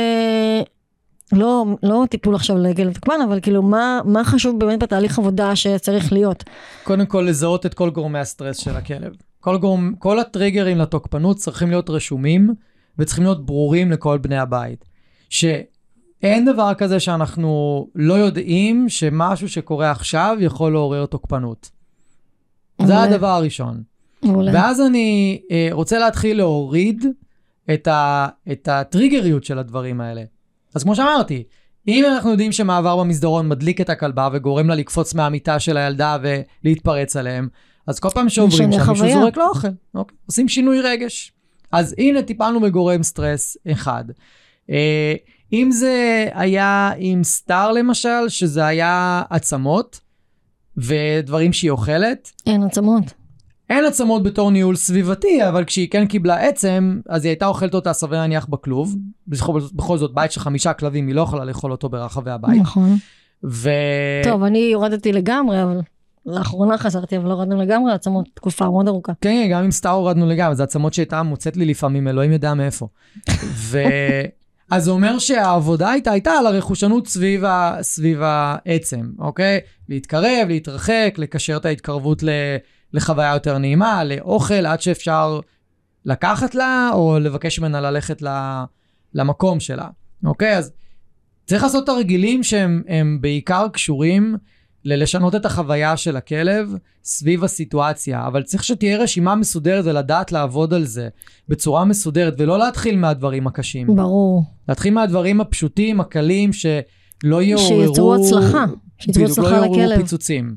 לא, לא טיפול עכשיו לכלב תוקפן, אבל כאילו, מה, מה חשוב באמת בתהליך עבודה שצריך להיות? קודם כל, לזהות את כל גורמי הסטרס של הכלב. כל, גורם, כל הטריגרים לתוקפנות צריכים להיות רשומים, וצריכים להיות ברורים לכל בני הבית. שאין דבר כזה שאנחנו לא יודעים שמשהו שקורה עכשיו יכול לעורר תוקפנות. זה הדבר הראשון. ואז אני אה, רוצה להתחיל להוריד את, ה, את הטריגריות של הדברים האלה. אז כמו שאמרתי, אם אנחנו יודעים שמעבר במסדרון מדליק את הכלבה, וגורם לה לקפוץ מהמיטה של הילדה ולהתפרץ עליהם, אז כל פעם שעוברים שם מישהו זורק לו אוכל. אוקיי. עושים שינוי רגש. אז הנה טיפלנו בגורם סטרס אחד. אה, אם זה היה עם סטאר למשל, שזה היה עצמות, ודברים שהיא אוכלת. אין עצמות. אין עצמות בתור ניהול סביבתי, אבל כשהיא כן קיבלה עצם, אז היא הייתה אוכלת אותה סביר להניח בכלוב. בכל, בכל זאת, בית של חמישה כלבים, היא לא יכולה לאכול אותו ברחבי הבית. נכון. ו... טוב, אני יורדתי לגמרי, אבל לאחרונה חזרתי, אבל לא הורדנו לגמרי, עצמות תקופה מאוד ארוכה. כן, גם עם סטאר הורדנו לגמרי, זה עצמות שהייתה מוצאת לי לפעמים, אלוהים יודע מאיפה. ו... אז זה אומר שהעבודה הייתה, הייתה על הרכושנות סביב, ה... סביב העצם, אוקיי? להתקרב, להתרחק, לקשר את ההתקרבות ל... לחוויה יותר נעימה, לאוכל, עד שאפשר לקחת לה, או לבקש ממנה ללכת למקום שלה. אוקיי? אז צריך לעשות תרגילים שהם הם בעיקר קשורים ללשנות את החוויה של הכלב סביב הסיטואציה, אבל צריך שתהיה רשימה מסודרת ולדעת לעבוד על זה בצורה מסודרת, ולא להתחיל מהדברים הקשים. ברור. להתחיל מהדברים הפשוטים, הקלים, שלא יעוררו... שיצרו הצלחה. שיצרו הצלחה לכלב. לא יעוררו פיצוצים.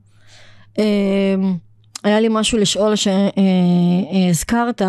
היה לי משהו לשאול שהזכרת.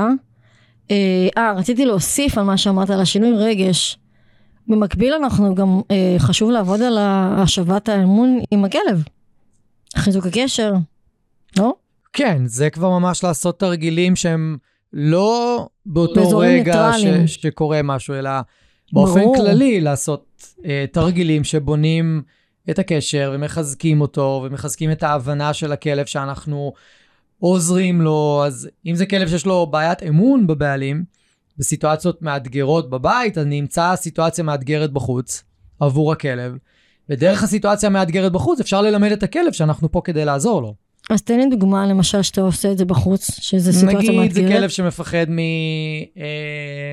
אה, רציתי להוסיף על מה שאמרת, על השינוי רגש. במקביל אנחנו גם חשוב לעבוד על השבת האמון עם הכלב. חיזוק הקשר, לא? כן, זה כבר ממש לעשות תרגילים שהם לא באותו רגע ש, שקורה משהו, אלא באופן ברור. כללי לעשות אה, תרגילים שבונים את הקשר ומחזקים אותו, ומחזקים את ההבנה של הכלב שאנחנו עוזרים לו. אז אם זה כלב שיש לו בעיית אמון בבעלים, בסיטואציות מאתגרות בבית, אז נמצא סיטואציה מאתגרת בחוץ עבור הכלב, ודרך הסיטואציה המאתגרת בחוץ אפשר ללמד את הכלב שאנחנו פה כדי לעזור לו. אז תן לי דוגמה למשל שאתה עושה את זה בחוץ, שזה סיטואציה מאתגרת. נגיד זה כלב שמפחד מ... אה,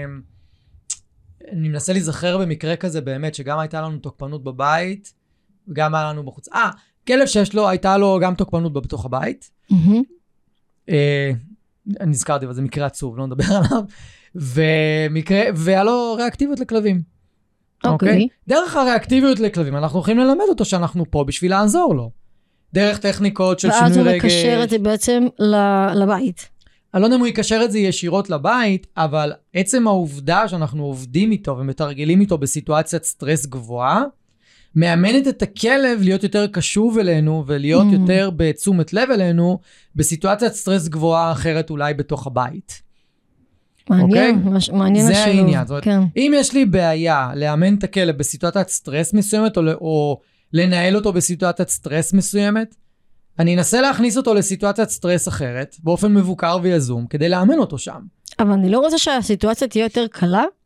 אני מנסה להיזכר במקרה כזה באמת, שגם הייתה לנו תוקפנות בבית, וגם היה לנו בחוץ. אה, כלב שיש לו, הייתה לו גם תוקפנות בתוך הבית. אה, אני נזכרתי, אבל זה מקרה עצוב, לא נדבר עליו. ומקרה, והיה לו ריאקטיביות לכלבים. אוקיי. Okay. דרך הריאקטיביות לכלבים, אנחנו יכולים ללמד אותו שאנחנו פה בשביל לעזור לו. דרך טכניקות של שינוי רגש. ואז הוא מקשר את זה בעצם לבית. אני לא יודע אם הוא יקשר את זה ישירות לבית, אבל עצם העובדה שאנחנו עובדים איתו ומתרגלים איתו בסיטואציית סטרס גבוהה, מאמנת את הכלב להיות יותר קשוב אלינו, ולהיות mm. יותר בתשומת לב אלינו, בסיטואציית סטרס גבוהה אחרת אולי בתוך הבית. מעניין, okay? מעניין זה השילוב. העניין. זאת אומרת, כן. אם יש לי בעיה לאמן את הכלב בסיטואציית סטרס מסוימת, או, או לנהל אותו בסיטואציית סטרס מסוימת, אני אנסה להכניס אותו לסיטואציית סטרס אחרת, באופן מבוקר ויזום, כדי לאמן אותו שם. אבל אני לא רוצה שהסיטואציה תהיה יותר קלה?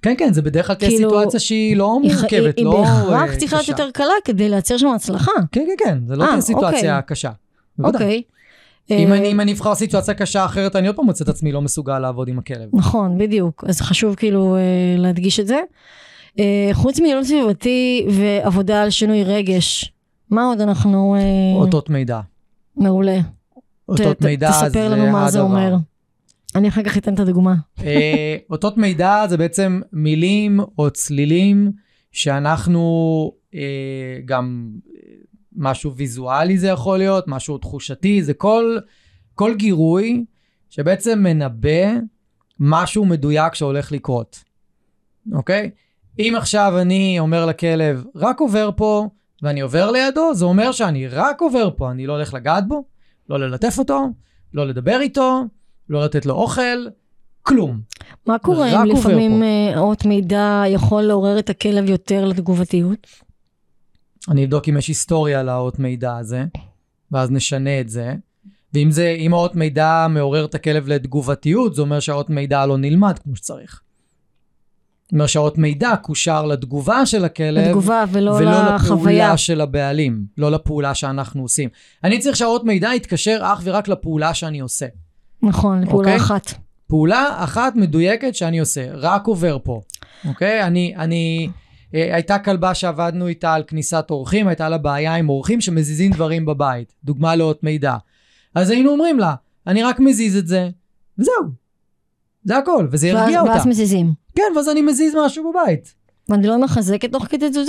כן, כן, זה בדרך כלל כאילו, סיטואציה שהיא לא מורכבת, היא, לא היא קשה. בהכרח צריכה להיות יותר קלה כדי לייצר שם הצלחה. כן, כן, כן, זה לא תהיה סיטואציה קשה. אוקיי. אם אני, אם אני אבחר סיטואציה קשה אחרת, אני עוד פעם מוצא את עצמי לא מסוגל לעבוד עם הכלב. נכון, בדיוק. אז חשוב כאילו להדגיש את זה. חוץ מניהול סביבתי ועבודה על שינוי רגש, מה עוד אנחנו... אותות מידע. מעולה. אותות מידע זה הדבר. תספר לנו מה זה אומר. אני אחר כך אתן את הדוגמה. אותות מידע זה בעצם מילים או צלילים שאנחנו גם משהו ויזואלי זה יכול להיות, משהו תחושתי, זה כל, כל גירוי שבעצם מנבא משהו מדויק שהולך לקרות. אוקיי? אם עכשיו אני אומר לכלב, רק עובר פה ואני עובר לידו, זה אומר שאני רק עובר פה, אני לא הולך לגעת בו, לא ללטף אותו, לא לדבר איתו, לא לתת לו אוכל, כלום. מה קורה אם לפעמים אות מידע יכול לעורר את הכלב יותר לתגובתיות? אני אבדוק אם יש היסטוריה לאות מידע הזה, ואז נשנה את זה. ואם זה, אם האות מידע מעורר את הכלב לתגובתיות, זה אומר שהאות מידע לא נלמד כמו שצריך. זאת אומרת שהאות מידע קושר לתגובה של הכלב, לתגובה ולא, ולא לחוויה. לפעולה של הבעלים, לא לפעולה שאנחנו עושים. אני צריך שהאות מידע יתקשר אך ורק לפעולה שאני עושה. נכון, לפעולה אוקיי? אחת. פעולה אחת מדויקת שאני עושה, רק עובר פה. אוקיי? אני, אני, אה, הייתה כלבה שעבדנו איתה על כניסת אורחים, הייתה לה בעיה עם אורחים שמזיזים דברים בבית, דוגמה לאות מידע. אז היינו אומרים לה, אני רק מזיז את זה, וזהו. זה הכל, וזה ירגיע אותה. ואז מזיזים. כן, ואז אני מזיז משהו בבית. ואני לא מחזקת תוך כדי תזוזה?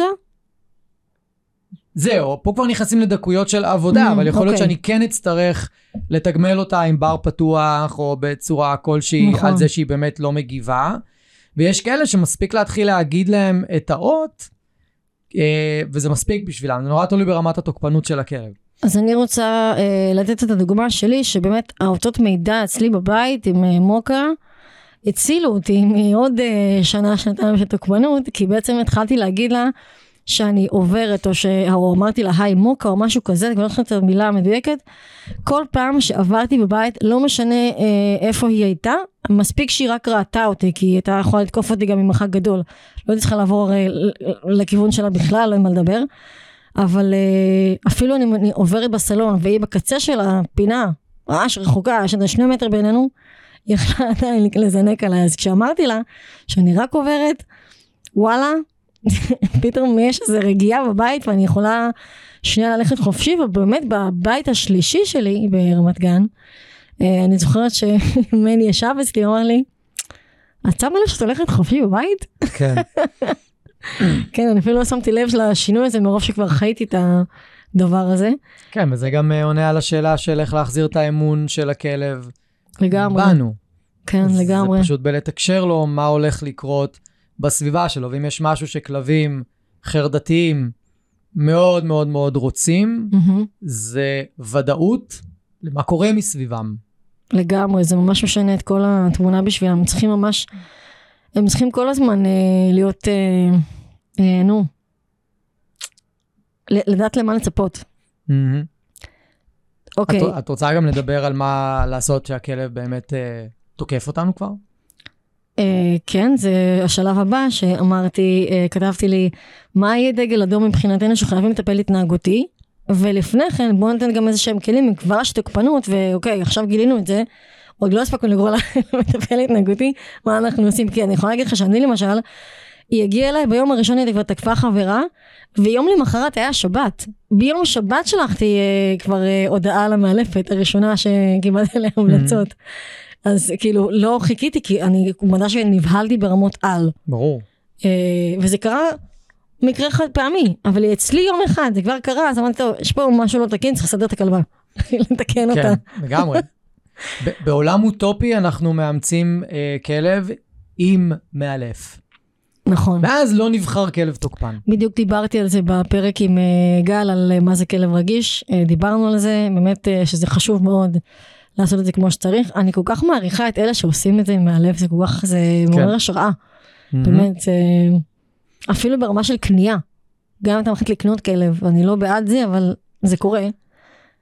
זהו, פה כבר נכנסים לדקויות של עבודה, Mm, אבל יכול להיות אוקיי. שאני כן אצטרך לתגמל אותה עם בר פתוח, או בצורה כלשהי, נכון. על זה שהיא באמת לא מגיבה. ויש כאלה שמספיק להתחיל להגיד להם את האות, אה, וזה מספיק בשבילם. זה נורא תלוי ברמת התוקפנות של הכלב. אז אני רוצה אה, לתת את הדוגמה שלי, שבאמת האותות מידע אצלי בבית עם אה, מוקה, הצילו אותי מעוד אה, שנה, שנתיים של תוקפנות, כי בעצם התחלתי להגיד לה, שאני עוברת, או שאמרתי לה, היי מוקה, או משהו כזה, אני לא חושבת את המילה המדויקת, כל פעם שעברתי בבית, לא משנה אה, איפה היא הייתה, מספיק שהיא רק ראתה אותי, כי היא הייתה יכולה לתקוף אותי גם ממרחק גדול, לא הייתי צריכה לעבור אה, לכיוון שלה בכלל, לא אין מה לדבר, אבל אה, אפילו אני, אני עוברת בסלון, והיא בקצה של הפינה, ממש רחוקה, יש עד שני מטר בינינו, היא יכלה עדיין לזנק עליי, אז כשאמרתי לה, שאני רק עוברת, וואלה, פתאום יש איזו רגיעה בבית ואני יכולה שנייה ללכת חופשי, ובאמת בבית השלישי שלי ברמת גן, אני זוכרת שמני ישב אצלי, אמר לי, את שמה לב שאת הולכת חופשי בבית? כן. כן, אני אפילו לא שמתי לב לשינוי הזה, מרוב שכבר חייתי את הדבר הזה. כן, וזה גם עונה על השאלה של איך להחזיר את האמון של הכלב. לגמרי. בנו. כן, לגמרי. זה פשוט בלתקשר לו מה הולך לקרות בסביבה שלו, ואם יש משהו שכלבים חרדתיים מאוד מאוד מאוד רוצים, Mm-hmm. זה ודאות למה קורה מסביבם. לגמרי, זה ממש משנה את כל התמונה בשבילם, הם צריכים ממש, הם צריכים כל הזמן אה, להיות, אה, אה, נו, לדעת למה לצפות. Mm-hmm. אוקיי. את, את רוצה גם לדבר על מה לעשות שהכלב באמת אה, תוקף אותנו כבר? Uh, כן, זה השלב הבא שאמרתי, uh, כתבתי לי, מה יהיה דגל אדום מבחינתנו שחייבים לטפל התנהגותי, ולפני כן בואו נתן גם איזה שהם כלים, אם כבר יש תוקפנות, ואוקיי, עכשיו גילינו את זה, עוד לא הספקנו לקרוא לה לטפל התנהגותי, מה אנחנו עושים? כי אני יכולה להגיד לך שאני למשל, היא הגיעה אליי ביום הראשון, היא כבר תקפה חברה, ויום למחרת היה שבת. ביום שבת שלחתי uh, כבר uh, הודעה למאלפת, הראשונה שקיבלתי עליה המלצות. אז כאילו לא חיכיתי, כי אני מודה שנבהלתי ברמות על. ברור. אה, וזה קרה מקרה חד פעמי, אבל אצלי יום אחד, זה כבר קרה, אז אמרתי, טוב, יש פה משהו לא תקין, צריך לסדר את הכלבה. לתקן אותה. כן, לגמרי. בעולם אוטופי אנחנו מאמצים אה, כלב עם מאלף. נכון. ואז לא נבחר כלב תוקפן. בדיוק דיברתי על זה בפרק עם אה, גל, על אה, מה זה כלב רגיש, אה, דיברנו על זה, באמת אה, שזה חשוב מאוד, לעשות את זה כמו שצריך. אני כל כך מעריכה את אלה שעושים את זה מהלב, זה כל כך, זה מעורר השראה. באמת, זה אפילו ברמה של קנייה. גם אם אתה מחליט לקנות כלב, אני לא בעד זה, אבל זה קורה.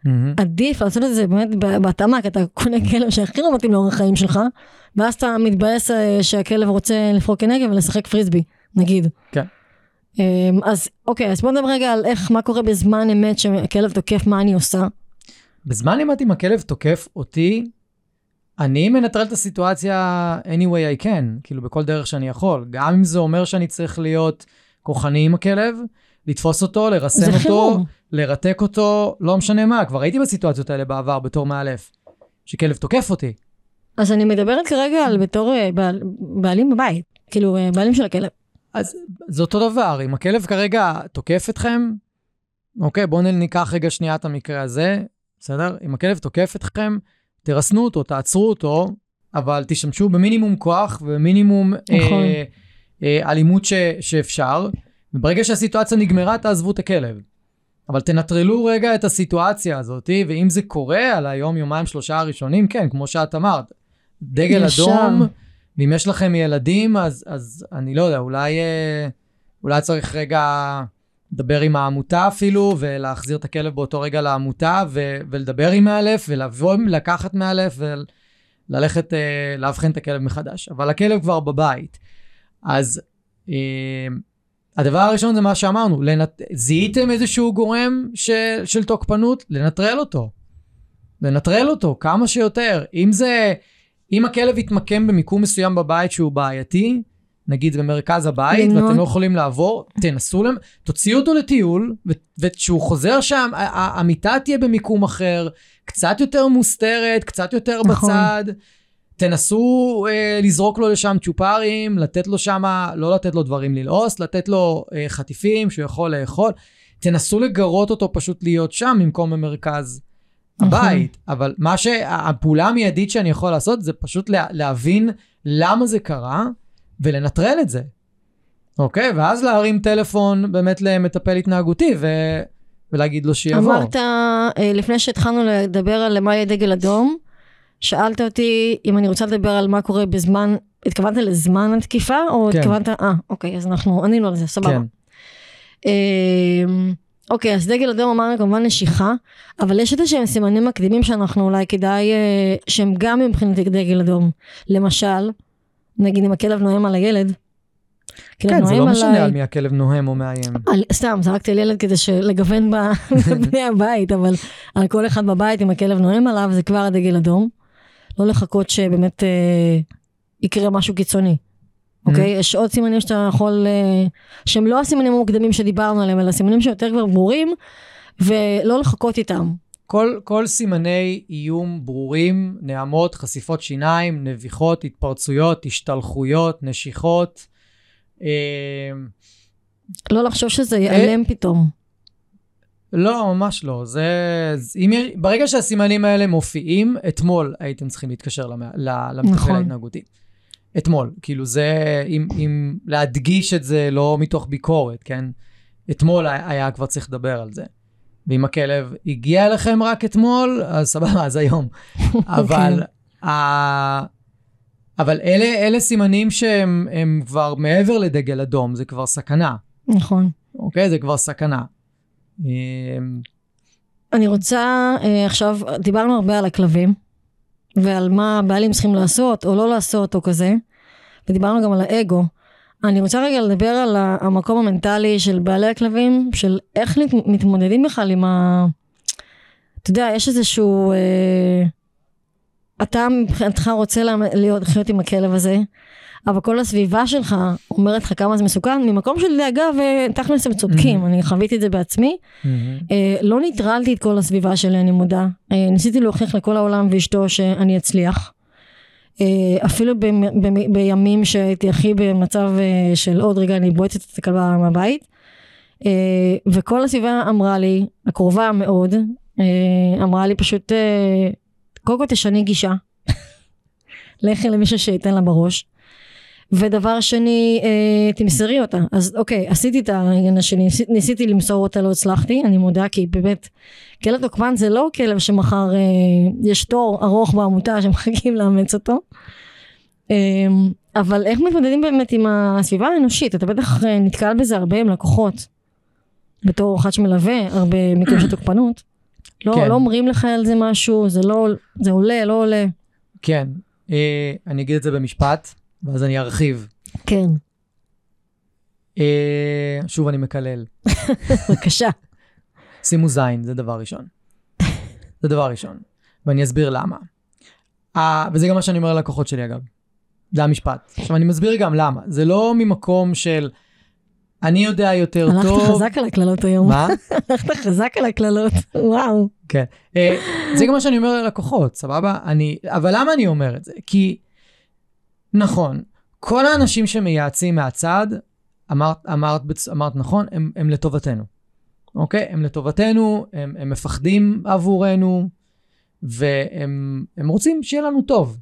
עדיף לעשות את זה באמת בהתאמה, כי אתה קונה כלב שהכי לא מתאים לאורח חיים שלך, ואז אתה מתבאס שהכלב רוצה לפרוק כנגב ולשחק פריסבי, נגיד. כן. אז אוקיי, אז בוא נדבר רגע על איך, מה קורה בזמן אמת שהכלב תוקף, מה אני עושה. בזמן אמת אם הכלב תוקף אותי, אני מנטרל את הסיטואציה any way I can, כאילו בכל דרך שאני יכול. גם אם זה אומר שאני צריך להיות כוחני עם הכלב, לתפוס אותו, לרסן אותו, חירום. לרתק אותו, לא משנה מה. כבר הייתי בסיטואציות האלה בעבר בתור מאלף, שכלב תוקף אותי. אז אני מדברת כרגע על בתור בעל, בעלים בבית, כאילו בעלים של הכלב. אז זה אותו דבר, אם הכלב כרגע תוקף אתכם, אוקיי, בואו ניקח רגע שנייה את המקרה הזה, בסדר? אם הכלב תוקף אתכם, תרסנו אותו, תעצרו אותו, אבל תשתמשו במינימום כוח ובמינימום נכון. אה, אה, אלימות ש, שאפשר, וברגע שהסיטואציה נגמרה, תעזבו את הכלב. אבל תנטרלו רגע את הסיטואציה הזאת, ואם זה קורה על היום, יומיים, שלושה הראשונים, כן, כמו שאת אמרת, דגל ישר. אדום, ואם יש לכם ילדים, אז, אז אני לא יודע, אולי, אולי צריך רגע לדבר עם העמותה אפילו, ולהחזיר את הכלב באותו רגע לעמותה, ו, ולדבר עם מאלף, ולבוא, לקחת מאלף, וללכת, להבחן את הכלב מחדש. אבל הכלב כבר בבית. אז הדבר הראשון זה מה שאמרנו, לנט... זיהיתם איזשהו גורם של, של תוקפנות, לנטרל אותו. לנטרל אותו כמה שיותר. אם זה... אם הכלב יתמקם במיקום מסוים בבית שהוא בעייתי, נגיד במרכז הבית, לנות. ואתם לא יכולים לעבור, תנסו להם, תוציאו אותו לטיול, ו- וכשהוא חוזר שם, המיטה תהיה במיקום אחר, קצת יותר מוסתרת, קצת יותר נכון. בצד, תנסו אה, לזרוק לו לשם צ'ופרים, לתת לו שם, לא לתת לו דברים ללעוס, לתת לו אה, חטיפים שהוא יכול לאכול, תנסו לגרות אותו פשוט להיות שם, במקום במרכז הבית, אבל מה שהפעולה המיידית שאני יכול לעשות, זה פשוט לה, להבין למה זה קרה, ולנטרל את זה. אוקיי? ואז להרים טלפון באמת למטפל התנהגותי, ו... ולהגיד לו שיעבור. אמרת, לפני שהתחלנו לדבר על מה יהיה דגל אדום, שאלת אותי אם אני רוצה לדבר על מה קורה בזמן, התכוונת לזמן התקיפה, או כן. התכוונת, אה, אוקיי, אז אנחנו ענינו על זה, סבבה. כן. אוקיי, אז דגל אדום אמרנו כמובן נשיכה, אבל יש את שהם סימנים מקדימים שאנחנו אולי כדאי, שהם גם מבחינת דגל אדום. למשל, נגיד אם הכלב נוהם על הילד. כן, זה לא משנה על מי הכלב נוהם או מאיים. סתם, זרקתי על ילד כדי לגוון בבני הבית, אבל על כל אחד בבית, אם הכלב נוהם עליו, זה כבר הדגל אדום. לא לחכות שבאמת יקרה משהו קיצוני. אוקיי? יש עוד סימנים שאתה יכול, שהם לא הסימנים המוקדמים שדיברנו עליהם, אלא סימנים שיותר כבר ברורים, ולא לחכות איתם. כל, כל סימני איום ברורים, נעמות, חשיפות שיניים, נביחות, התפרצויות, השתלחויות, נשיכות. לא לחשוב שזה ייעלם פתאום. לא, ממש לא. זה, אם, ברגע שהסימנים האלה מופיעים, אתמול הייתם צריכים להתקשר למטפל ההתנהגותי. אתמול, כאילו זה, אם, אם להדגיש את זה לא מתוך ביקורת, כן? אתמול היה כבר צריך לדבר על זה. ואם הכלב הגיע אליכם רק אתמול, אז סבבה, אז היום. אבל, ה... אבל אלה, אלה סימנים שהם הם כבר מעבר לדגל אדום, זה כבר סכנה. נכון. אוקיי, זה כבר סכנה. אני רוצה, עכשיו, דיברנו הרבה על הכלבים, ועל מה הבעלים צריכים לעשות, או לא לעשות, או כזה. ודיברנו גם על האגו. אני רוצה רגע לדבר על המקום המנטלי של בעלי הכלבים, של איך מתמודדים בכלל עם ה... אתה יודע, יש איזשהו... אה, אתה מבחינתך רוצה להיות, לחיות עם הכלב הזה, אבל כל הסביבה שלך אומרת לך כמה זה מסוכן, ממקום של דאגה, ותכלס הם צודקים, mm-hmm. אני חוויתי את זה בעצמי. Mm-hmm. אה, לא ניטרלתי את כל הסביבה שלי, אני מודה. אה, ניסיתי להוכיח לכל העולם ואשתו שאני אצליח. אפילו ב- ב- בימים שהייתי הכי במצב של עוד רגע אני בועצת את הכלבה מהבית, וכל הסביבה אמרה לי, הקרובה מאוד, אמרה לי פשוט, קודם כל תשני גישה, לכי למישהו שייתן לה בראש, ודבר שני, תמסרי אותה. אז אוקיי, עשיתי את העניין שלי, ניסיתי למסור אותה, לא הצלחתי, אני מודה, כי באמת, כלב תוקפן זה לא כלב שמחר יש תור ארוך בעמותה שמחכים לאמץ אותו, אבל איך מתמודדים באמת עם הסביבה האנושית? אתה בטח נתקל בזה הרבה עם לקוחות, בתור אחד שמלווה הרבה מקרים של תוקפנות. לא, כן. לא אומרים לך על זה משהו, זה לא, זה עולה, לא עולה. כן, אה, אני אגיד את זה במשפט, ואז אני ארחיב. כן. אה, שוב אני מקלל. בבקשה. שימו זין, זה דבר ראשון. זה דבר ראשון. ואני אסביר למה. אה, וזה גם מה שאני אומר ללקוחות שלי אגב. זה המשפט. עכשיו אני מסביר גם למה. זה לא ממקום של אני יודע יותר הלכת טוב. הלכת חזק על הכללות היום. מה? הלכת חזק על הכללות. וואו. כן. אה, זה גם מה שאני אומר ללקוחות, סבבה? אני, אבל למה אני אומר את זה? כי נכון, כל האנשים שמייעצים מהצד, אמרת, אמרת, אמרת נכון, הם, הם לטובתנו. אוקיי? הם לטובתנו, הם, הם מפחדים עבורנו, והם הם רוצים שיהיה לנו טוב.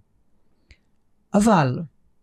אבל,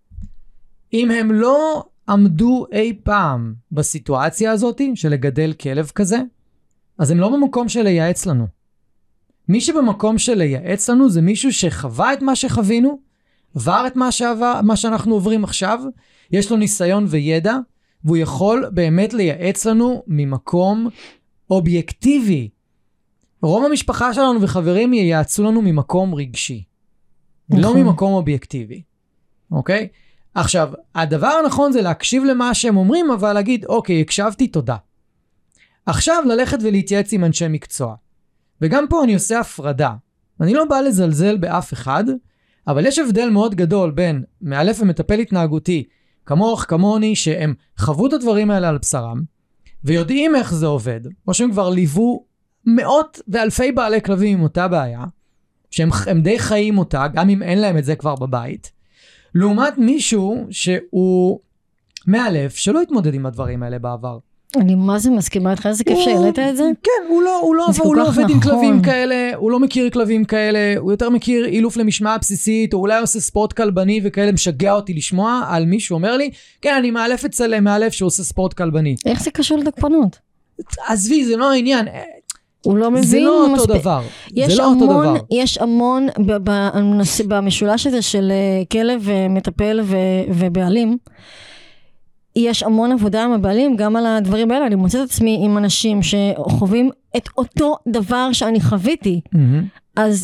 אם הם לא עמדו אי פעם בסיטואציה הזאת, של לגדל כלב כזה, אז הם לא במקום של לייעץ לנו. מי שבמקום של לייעץ לנו, זה מישהו שחווה את מה שחווינו, עבר את מה שעבר, מה שאנחנו עוברים עכשיו, יש לו ניסיון וידע, והוא יכול באמת לייעץ לנו ממקום אובייקטיבי. רוב המשפחה שלנו וחברים ייעצו לנו ממקום רגשי. נכון. לא ממקום אובייקטיבי. אוקיי? עכשיו, הדבר הנכון זה להקשיב למה שהם אומרים, אבל להגיד, אוקיי, הקשבתי, תודה. עכשיו ללכת ולהתייעץ עם אנשי מקצוע. וגם פה אני עושה הפרדה. אני לא בא לזלזל באף אחד, אבל יש הבדל מאוד גדול בין מאלף ומטפל התנהגותי, כמוך, כמוני, שהם חוו את הדברים האלה על בשרם, ויודעים איך זה עובד, או שהם כבר ליוו מאות ואלפי בעלי כלבים עם אותה בעיה, שהם די חיים אותה, גם אם אין להם את זה כבר בבית, לעומת מישהו שהוא מאלף, שלא התמודד עם הדברים האלה בעבר. אני מה זה מסכימה איתך, איזה כיף שהעלית את זה? כן, הוא לא, הוא לא, הוא לא עובד עם כלבים כאלה, הוא לא מכיר כלבים כאלה, הוא יותר מכיר אילוף למשמעה בסיסית, או אולי עושה ספורט כלבני וכאלה, משגע אותי לשמוע על מישהו אומר לי, כן, אני מאלף אצל מאלף שהוא עושה ספורט כלבני. איך זה קשור לתוקפנות? עזבי, זה לא העניין. הוא לא מבין. זה לא אותו דבר. זה לא אותו דבר. יש המון, במשולש הזה של כלב מטפל ובעלים, יש המון עבודה עם הבעלים, גם על הדברים האלה. אני מוצאת את עצמי עם אנשים שחווים את אותו דבר שאני חוויתי. אז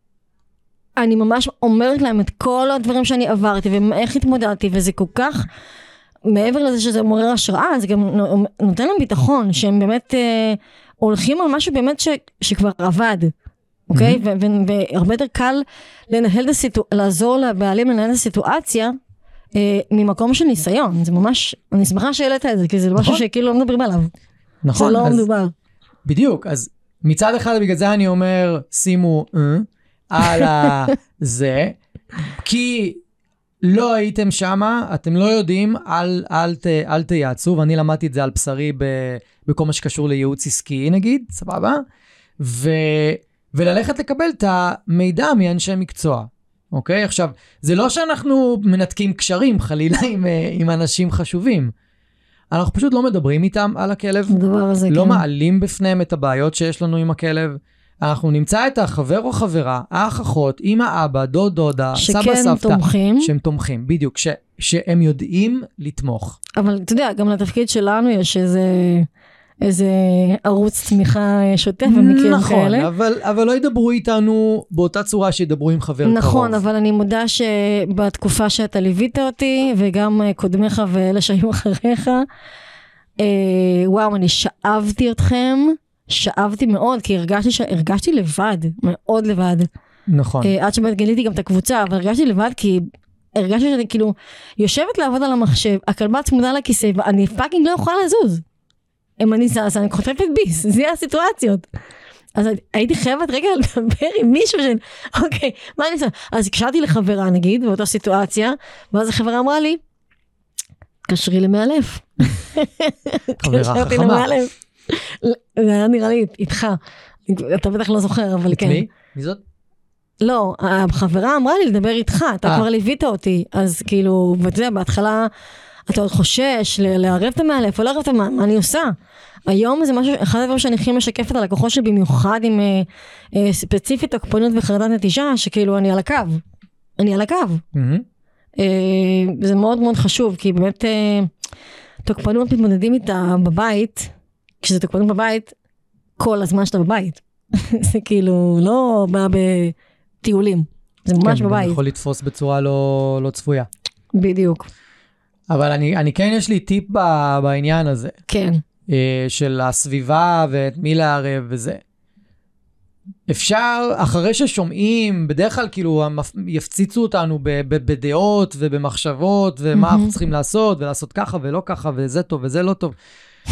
אני ממש אומרת להם את כל הדברים שאני עברתי, ואיך התמודדתי, וזה כל כך, מעבר לזה שזה מעורר השראה, זה גם נותן להם ביטחון, שהם באמת הולכים על משהו באמת שכבר עבד. אוקיי? והרבה יותר קל לנהל את הסיטואציה, לעזור לבעלים לנהל את הסיטואציה, ממקום של ניסיון. זה ממש, אני שמחה שהעלית את זה, כי זה משהו שכאילו לא מדברים עליו. נכון. זה לא מדובר. בדיוק, אז מצד אחד בגלל זה אני אומר, שימו על זה, כי לא הייתם שמה, אתם לא יודעים, אל, אל, אל תייעצו, ואני למדתי את זה על בשרי בכל מה שקשור לייעוץ עסקי, נגיד, סבבה? ו, וללכת לקבל את המידע מאנשי מקצוע. אוקיי? עכשיו, זה לא שאנחנו מנתקים קשרים, חלילה, עם, עם אנשים חשובים. אנחנו פשוט לא מדברים איתם על הכלב. הזה, לא כן. מעלים בפניהם את הבעיות שיש לנו עם הכלב. אנחנו נמצא את החבר או חברה, האח אחות, אמא אבא, דוד דודה, סבא סבתא. שכן תומכים. שהם תומכים, בדיוק. ש, שהם יודעים לתמוך. אבל אתה יודע, גם לתפקיד שלנו יש איזה... איזה ערוץ תמיכה שוטף במקרים נכון, כאלה. נכון, אבל, אבל לא ידברו איתנו באותה צורה שידברו עם חבר קרוב. נכון, אבל אני מודה שבתקופה שאתה ליווית אותי, וגם קודמיך ואלה שהיו אחריך, אה, וואו, אני שאבתי אתכם, שאבתי מאוד, כי הרגשתי, ש... הרגשתי לבד, מאוד לבד. נכון. אה, עד שבאמת גיליתי גם את הקבוצה, אבל הרגשתי לבד כי... הרגשתי שאני כאילו יושבת לעבוד על המחשב, הכלבה צמודה לכיסא, ואני פאקינג לא יכולה לזוז. אם אני זז, אני חוטפת ביס, זה הסיטואציות. אז הייתי חייבת רגע לדבר עם מישהו של, אוקיי, מה אני עושה? אז הקשרתי לחברה, נגיד, באותה סיטואציה, ואז החברה אמרה לי, קשרי למאלף. חברה חכמה. זה היה נראה לי איתך, אתה בטח לא זוכר, אבל כן. את מי? מי זאת? לא, החברה אמרה לי לדבר איתך, אתה כבר ליווית אותי, אז כאילו, ואתה יודע, בהתחלה, אתה עוד חושש לערב את המאלף, או לערב את המאלף, מה אני עושה? היום זה משהו, אחד הדברים שאני הכי משקפת על לקוחות שלי, במיוחד עם אה, אה, ספציפית תוקפנות וחרדת נטישה, שכאילו אני על הקו, אני על הקו. Mm-hmm. אה, זה מאוד מאוד חשוב, כי באמת אה, תוקפנות מתמודדים איתה בבית, כשזה תוקפנות בבית, כל הזמן שאתה בבית. זה כאילו לא בא בטיולים, זה ממש כן, בבית. זה יכול לתפוס בצורה לא, לא צפויה. בדיוק. אבל אני, אני כן יש לי טיפ ב, בעניין הזה. כן. של הסביבה ואת מי לערב וזה. אפשר, אחרי ששומעים, בדרך כלל כאילו יפציצו אותנו ב, ב, בדעות ובמחשבות, ומה אנחנו צריכים לעשות, ולעשות ככה ולא ככה, וזה טוב וזה לא טוב.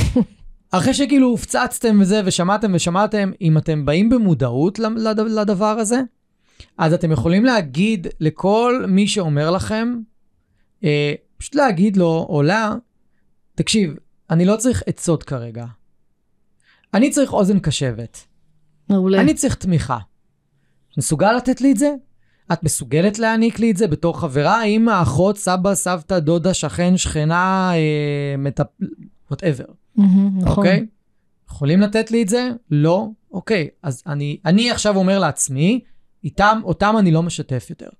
אחרי שכאילו הפצצתם וזה, ושמעתם ושמעתם, אם אתם באים במודעות לדבר הזה, אז אתם יכולים להגיד לכל מי שאומר לכם, אה, פשוט להגיד לו, או לה, תקשיב, אני לא צריך עצות כרגע. אני צריך אוזן קשבת. מעולה. אני צריך תמיכה. מסוגל לתת לי את זה? את מסוגלת להעניק לי את זה בתור חברה, אמא, אחות, סבא, סבתא, דודה, שכן, שכנה, אה, מטפ... whatever. Mm-hmm, נכון. אוקיי? יכולים לתת לי את זה? לא? אוקיי. אז אני, אני עכשיו אומר לעצמי, איתם, אותם אני לא משתף יותר.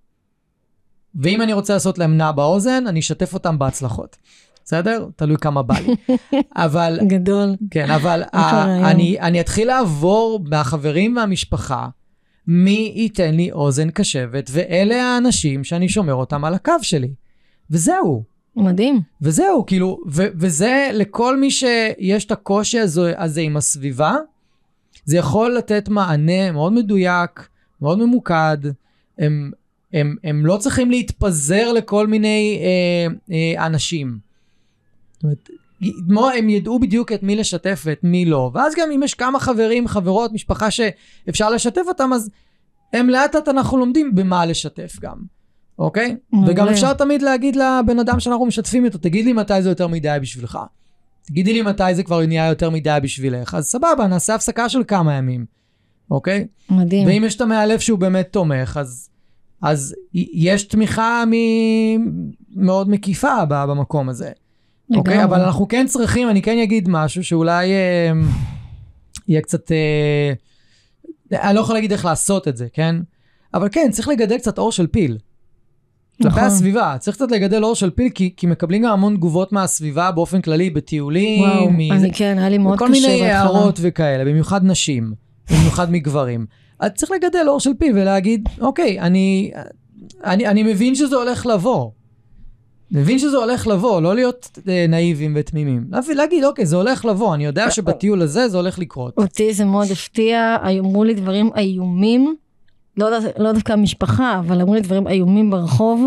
ואם אני רוצה לעשות להם נע באוזן, אני אשתף אותם בהצלחות. בסדר? תלוי כמה בא לי. אבל... גדול. כן, אבל ה- אני, אני אתחיל לעבור מהחברים והמשפחה, מי ייתן לי אוזן קשבת, ואלה האנשים שאני שומר אותם על הקו שלי. וזהו. מדהים. וזהו, כאילו, ו- וזה לכל מי שיש את הקושי הזה, הזה עם הסביבה, זה יכול לתת מענה מאוד מדויק, מאוד ממוקד, הם, הם, הם לא צריכים להתפזר לכל מיני אה, אה, אנשים. זאת אומרת, הם ידעו בדיוק את מי לשתף ואת מי לא, ואז גם אם יש כמה חברים, חברות, משפחה שאפשר לשתף אותם, אז הם לאט לאט אנחנו לומדים במה לשתף גם, אוקיי? וגם אפשר תמיד להגיד לבן אדם שאנחנו משתפים איתו, תגיד לי מתי זה יותר מדי בשבילך, תגידי לי מתי זה כבר נהיה יותר מדי בשבילך, אז סבבה, נעשה הפסקה של כמה ימים, אוקיי? מדהים. ואם יש את המאלף שהוא באמת תומך, אז, אז יש תמיכה מ- מאוד מקיפה במקום הזה. אוקיי, אבל אנחנו כן צריכים, אני כן אגיד משהו שאולי אה, יהיה קצת, אה, אני לא יכול להגיד איך לעשות את זה, כן? אבל כן, צריך לגדל קצת אור של פיל. נכון. כלפי הסביבה, צריך קצת לגדל אור של פיל, כי, כי מקבלים גם המון תגובות מהסביבה באופן כללי, בטיולים. וואו, מזה, אני כן, היה לי מאוד קשה. וכל מיני הערות וכאלה, במיוחד נשים, במיוחד מגברים. אז צריך לגדל אור של פיל ולהגיד, אוקיי, אני, אני, אני מבין שזה הולך לבוא. מבין שזה הולך לבוא, לא להיות נאיבים ותמימים. להגיד, אוקיי, זה הולך לבוא, אני יודע שבטיול הזה זה הולך לקרות. אותי זה מאוד הפתיע, אמרו לי דברים איומים, לא, לא דווקא המשפחה, אבל אמרו לי דברים איומים ברחוב,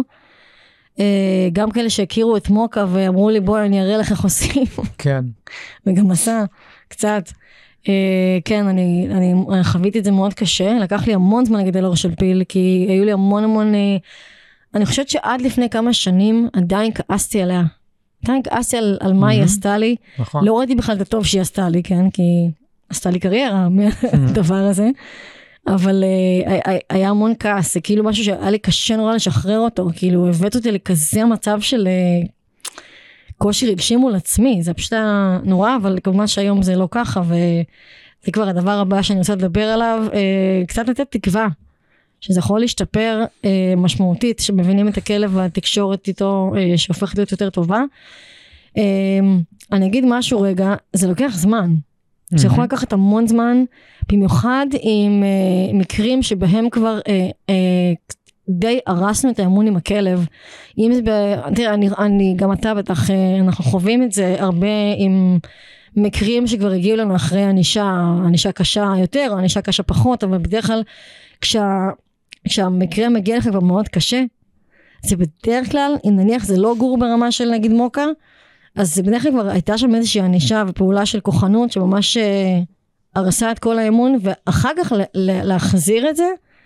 גם כאלה שהכירו את מוקה ואמרו לי, בואי אני אראה לך איך עושים. כן. וגם עשה קצת. כן, אני, אני חוויתי את זה מאוד קשה, לקח לי המון זמן לגדל אור של פיל, כי היו לי המון המון... אני חושבת שעד לפני כמה שנים עדיין כעסתי עליה. עדיין כעסתי על, על מה היא עשתה לי. נכון. לא ראיתי בכלל את הטוב שהיא עשתה לי, כן? כי עשתה לי קריירה מהדבר הזה. אבל uh, היה המון כעס. זה כאילו משהו שהיה לי קשה נורא לשחרר אותו. כאילו הבאת אותי לכזה מצב של uh, קושי רגשי מול עצמי. זה פשוט נורא, אבל כמובן שהיום זה לא ככה. וזה כבר הדבר הבא שאני רוצה לדבר עליו. Uh, קצת לתת תקווה. שזה יכול להשתפר אה, משמעותית, שמבינים את הכלב והתקשורת איתו, אה, שהופכת להיות יותר טובה. אה, אני אגיד משהו רגע, זה לוקח זמן. Mm-hmm. זה יכול לקחת המון זמן, במיוחד עם אה, מקרים שבהם כבר אה, אה, די הרסנו את האמון עם הכלב. אם זה, ב, תראה, אני, אני, גם אתה בטח, אה, אנחנו חווים את זה הרבה עם מקרים שכבר הגיעו לנו אחרי ענישה, ענישה קשה יותר, או ענישה קשה פחות, אבל בדרך כלל, כשה, כשהמקרה מגיע לך כבר מאוד קשה, זה בדרך כלל, אם נניח זה לא גור ברמה של נגיד מוקה, אז זה בדרך כלל כבר הייתה שם איזושהי ענישה ופעולה של כוחנות, שממש אה, הרסה את כל האמון, ואחר כך ל- ל- להחזיר את זה,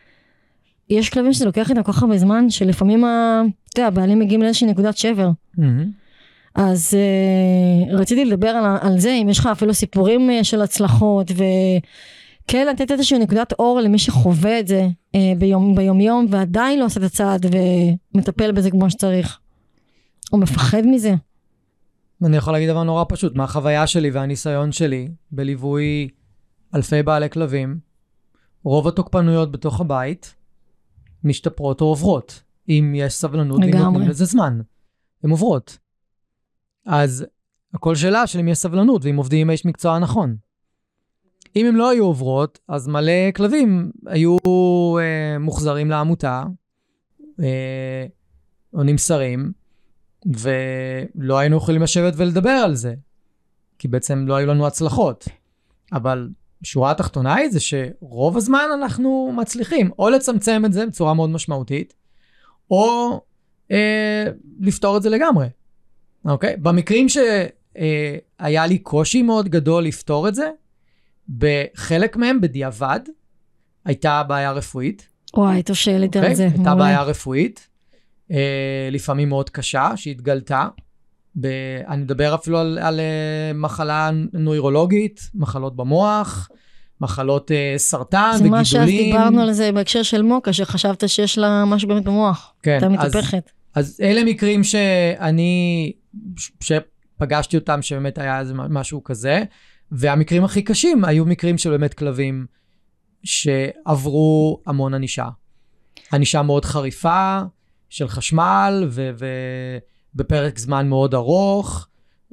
יש כלבים שזה לוקח איתם כל כך הרבה זמן, שלפעמים ה, אתה יודע, הבעלים מגיעים לאיזושהי נקודת שבר. Mm-hmm. אז אה, רציתי לדבר על, על זה, אם יש לך אפילו סיפורים אה, של הצלחות, ו... כן, לתת איזושהי נקודת אור למי שחווה את זה אה, ביום, ביום יום, ועדיין לא עושה את הצעד ומטפל בזה כמו שצריך. הוא מפחד מזה. אני יכול להגיד דבר נורא פשוט, מהחוויה שלי והניסיון שלי, בליווי אלפי בעלי כלבים, רוב התוקפנויות בתוך הבית, משתפרות או עוברות, אם יש סבלנות, אם נותנים לזה זמן. הן עוברות. אז הכל שאלה של אם יש סבלנות, ואם עובדים עם איש מקצוע נכון. אם הם לא היו עוברות, אז מלא כלבים היו אה, מוחזרים לעמותה, אה, או נמסרים, ולא היינו יכולים לשבת ולדבר על זה, כי בעצם לא היו לנו הצלחות. אבל שורה התחתונה היא זה שרוב הזמן אנחנו מצליחים, או לצמצם את זה בצורה מאוד משמעותית, או אה, לפתור את זה לגמרי. אוקיי? במקרים שהיה לי קושי מאוד גדול לפתור את זה, בחלק מהם בדיעבד, הייתה בעיה רפואית. וואי, טוב שהעלית על זה. הייתה בעיה רפואית, אה, לפעמים מאוד קשה, שהתגלתה. ב... אני מדבר אפילו על, על uh, מחלה נוירולוגית, מחלות במוח, מחלות uh, סרטן וגידולים. זה מה שאז דיברנו על זה בהקשר של מוקה, שחשבת שיש לה משהו באמת במוח. כן. הייתה מתהפכת. אז, אז אלה מקרים שאני, שפגשתי אותם שבאמת היה איזה משהו כזה, והמקרים הכי קשים היו מקרים של באמת כלבים שעברו המון ענישה. ענישה מאוד חריפה, של חשמל ו... ו... בפרק זמן מאוד ארוך,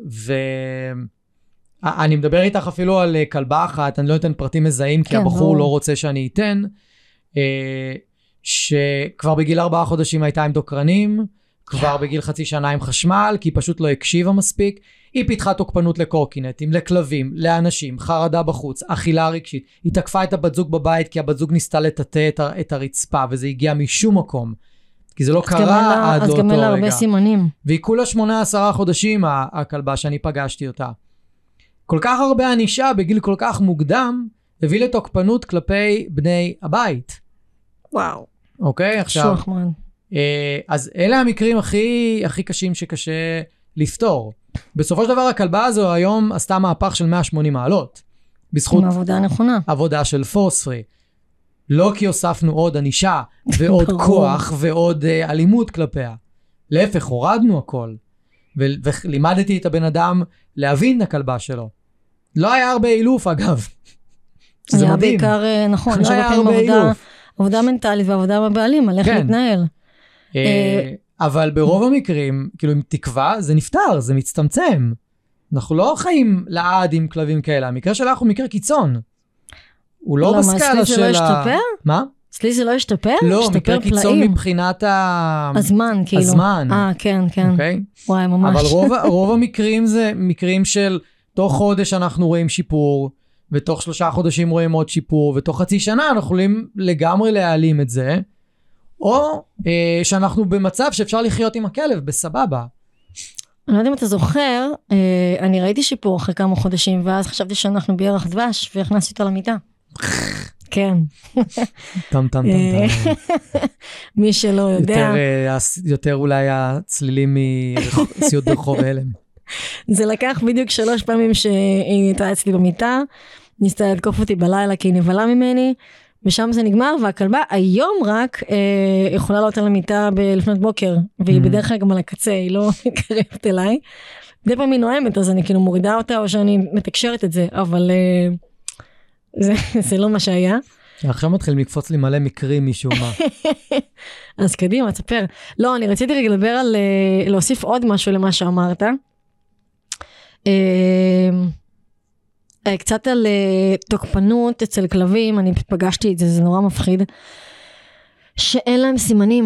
ואני מדבר איתך אפילו על כלבה אחת, אני לא אתן פרטים מזהים, כי הבחור לא רוצה שאני אתן, שכבר בגיל ארבעה חודשים הייתה עם דוקרנים, כבר בגיל חצי שנה עם חשמל, כי היא פשוט לא הקשיבה מספיק, היא פיתחה תוקפנות לקורקינטים, לכלבים, לאנשים, חרדה בחוץ, אכילה רגשית, היא תקפה את הבת זוג בבית, כי הבת זוג ניסתה לטאטא את הרצפה, וזה הגיע משום מקום. כי זה לא קרה עד לאותו רגע. אז גם אין לה הרבה סימנים. והיא כולה שמונה עשרה חודשים, הכלבה שאני פגשתי אותה. כל כך הרבה ענישה בגיל כל כך מוקדם, הביא לתוקפנות כלפי בני הבית. וואו. אוקיי, עכשיו. שוח מן. אז אלה המקרים הכי, הכי קשים שקשה לפתור. בסופו של דבר, הכלבה הזו היום עשתה מהפך של מאה ושמונים מעלות. בזכות... עם עבודה נכונה. עבודה של פורס פרי. לא כי הוספנו עוד ענישה, ועוד כוח, ועוד uh, אלימות כלפיה. להפך, הורדנו הכל. ו- ולימדתי את הבן אדם להבין את הכלבה שלו. לא היה הרבה אילוף, אגב. זה היה מדהים. בעיקר, נכון, לא היה הרבה עבודה, עבודה מנטלית ועבודה בבעלים, על איך כן. להתנהל. אה, אבל ברוב המקרים, כאילו עם תקווה, זה נפטר, זה מצטמצם. אנחנו לא חיים לעד עם כלבים כאלה. המקרה שלך הוא מקרה קיצון. הוא לא בסקאלה של ה... אצלי זה לא השתפר? מה? אצלי זה לא השתפר? לא, מקרה קיצון מבחינת ה... הזמן, כאילו. הזמן. אה, כן, כן. אוקיי? וואי, ממש. אבל רוב, רוב המקרים זה מקרים של תוך חודש אנחנו רואים שיפור, ותוך שלושה חודשים רואים עוד שיפור, ותוך חצי שנה אנחנו יכולים לגמרי להעלים את זה, או אה, שאנחנו במצב שאפשר לחיות עם הכלב בסבבה. אני לא יודע אם אתה זוכר, אה, אני ראיתי שיפור אחרי כמה חודשים, ואז חשבתי שאנחנו בירח דבש, והכנסתי אותו למיטה. כן. טם טם טם טם. מי שלא יודע. יותר אולי הצלילים מסיוט ברחוב הלם. זה לקח בדיוק שלוש פעמים שהיא הייתה אצלי במיטה, ניסתה לתקוף אותי בלילה כי היא נבלה ממני, ושם זה נגמר, והכלבה היום רק אה, יכולה לעלות על המיטה לפנות בוקר, והיא mm-hmm. בדרך כלל גם על הקצה, היא לא מתקרבת אליי. די פעם היא נועמת, אז אני כאילו מורידה אותה, או שאני מתקשרת את זה, אבל אה, זה, זה לא מה שהיה. עכשיו מתחיל לקפוץ לי מלא מקרים משום מה. אז קדימה, תספר. לא, אני רציתי רגע לדבר על, להוסיף עוד משהו למה שאמרת. קצת על תוקפנות אצל כלבים, אני פגשתי את זה, זה נורא מפחיד. שאין להם סימנים.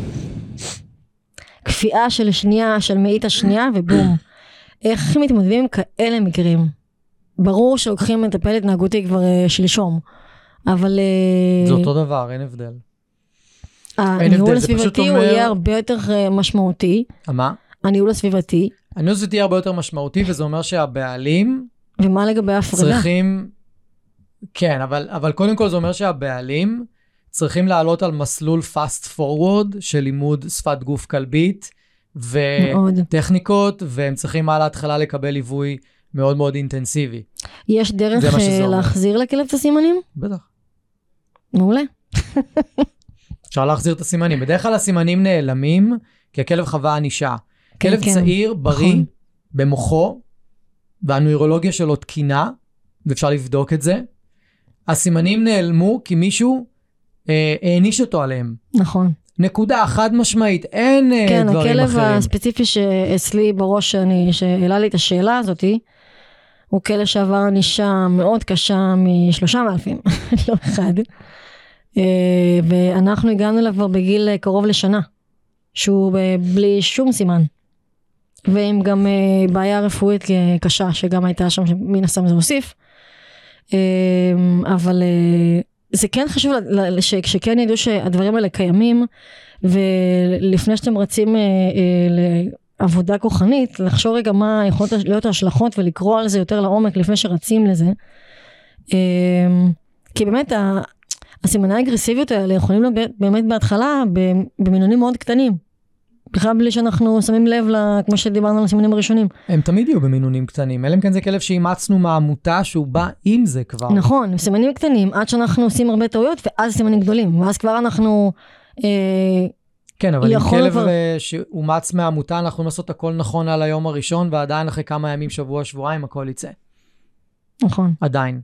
כפייה של שנייה, של מאית השנייה, ובום. איך מתמודדים עם כאלה מקרים? ברור שלוקחים מטפל התנהגותי כבר שלשום. אבל... זה אותו דבר, אין הבדל. הניהול הסביבתי הוא יהיה הרבה יותר משמעותי. מה? הניהול הסביבתי. הניהול הסביבתי יהיה הרבה יותר משמעותי, וזה אומר שהבעלים... ומה לגבי ההפרדה? צריכים... כן, אבל, אבל קודם כל זה אומר שהבעלים צריכים לעלות על מסלול fast forward של לימוד שפת גוף כלבית, וטכניקות, והם צריכים על ההתחלה לקבל ליווי מאוד מאוד אינטנסיבי. יש דרך להחזיר לכלב את הסימנים? בטח. מעולה. אפשר להחזיר את הסימנים. בדרך כלל הסימנים נעלמים, כי הכלב חווה ענישה. כן, כלב כן. צעיר, בריא, נכון. במוחו, והנוירולוגיה שלו תקינה, ואפשר לבדוק את זה. הסימנים נעלמו כי מישהו אה, העניש אותו עליהם. נכון. נקודה חד משמעית, אין כן, דברים אחרים. כן, הכלב הספציפי שאצלי בראש, שאני, שהעלה לי את השאלה הזאת, הוא כלב שעבר ענישה מאוד קשה משלושה מאלפים, לא אחד. ואנחנו הגענו אליו כבר בגיל קרוב לשנה, שהוא בלי שום סימן. ועם גם בעיה רפואית קשה, שגם הייתה שם, מן הסתם זה מוסיף. אבל זה כן חשוב שכן ידעו שהדברים האלה קיימים, ולפני שאתם רצים לעבודה כוחנית, לחשוב רגע מה יכולות להיות ההשלכות, ולקרוא על זה יותר לעומק לפני שרצים לזה. כי באמת הסימני האגרסיביות האלה יכולים להיות באמת בהתחלה במינונים מאוד קטנים. בכלל בלי שאנחנו שמים לב, כמו שדיברנו על הסימנים הראשונים. הם תמיד יהיו במינונים קטנים, אלא אם כן זה כלב שאימצנו מהעמותה שהוא בא עם זה כבר. נכון, סימנים קטנים, עד שאנחנו עושים הרבה טעויות, ואז סימנים גדולים, ואז כבר אנחנו... כן, אבל עם כלב כבר... שאומץ מהעמותה, אנחנו נעשות הכל נכון על היום הראשון, ועדיין אחרי כמה ימים, שבוע, שבועיים, הכל יצא. נכון. עדיין.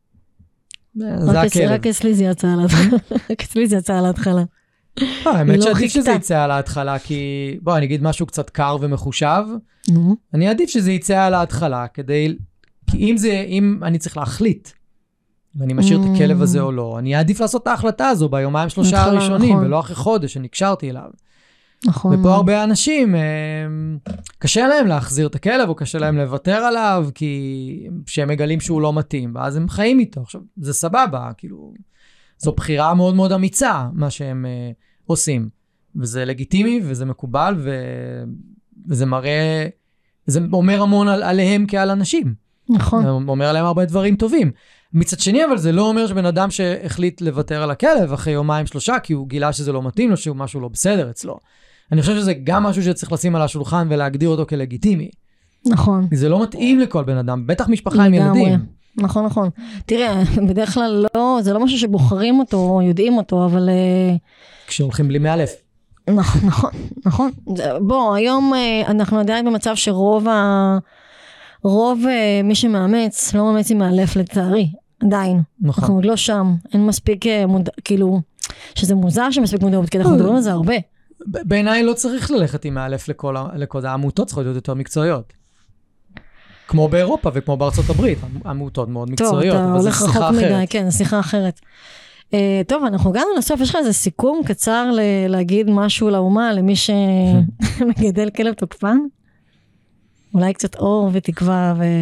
זה הכלב. רק אצלי זה יצא על ההתחלה. רק אצלי זה יצא על ההתחלה. האמת שעדיף שזה יצא על ההתחלה, כי בוא, אני אגיד משהו קצת קר ומחושב, אני עדיף שזה יצא על ההתחלה, כדי, כי אם זה, אם אני צריך להחליט, ואני משאיר את הכלב הזה או לא, אני אעדיף לעשות את ההחלטה הזו ביומיים שלושה הראשונים, ולא אחרי חודש שנקשרתי אליו. נכון. ופה הרבה אנשים, קשה להם להחזיר את הכלב, או קשה להם לוותר עליו, כי שהם מגלים שהוא לא מתאים, ואז הם חיים איתו. עכשיו, זה סבבה, כאילו, זו בחירה מאוד מאוד אמיצה, מה שהם uh, עושים. וזה לגיטימי, וזה מקובל, ו... וזה מראה, זה אומר המון על, עליהם כעל אנשים. נכון. זה אומר עליהם הרבה דברים טובים. מצד שני, אבל זה לא אומר שבן אדם שהחליט לוותר על הכלב, אחרי יומיים שלושה, כי הוא גילה שזה לא מתאים לו, שהוא משהו לא בסדר אצלו. אני חושב שזה גם משהו שצריך לשים על השולחן, ולהגדיר אותו כלגיטימי. נכון. זה לא מתאים לכל בן אדם, בטח משפחה עם ילדים. נכון, נכון. תראה, בדרך כלל לא, זה לא משהו שבוחרים אותו, או יודעים אותו, אבל... כשהולכים בלי מאלף. נכון, נכון, נכון. בוא, היום אנחנו עדיין במצב שרוב ה... רוב מי שמאמץ, לא מאמץ עם מאלף לצערי, עדיין. נכון. אנחנו עוד לא שם, אין מספיק מודע, כאילו, שזה מוזר שמספיק מודעות, כי אנחנו מדברים על זה הרבה. בעיניי לא צריך ללכת עם מאלף לכל, לכל העמותות, צריכות להיות יותר מקצועיות. כמו באירופה וכמו בארצות הברית, עמותות מאוד מקצועיות, אבל זו שיחה אחרת. כן, זו שיחה אחרת. Uh, טוב, אנחנו הגענו לסוף, יש לך איזה סיכום קצר ל- להגיד משהו לאומה, למי שמגדל כלב תוקפן? אולי קצת אור ותקווה ו...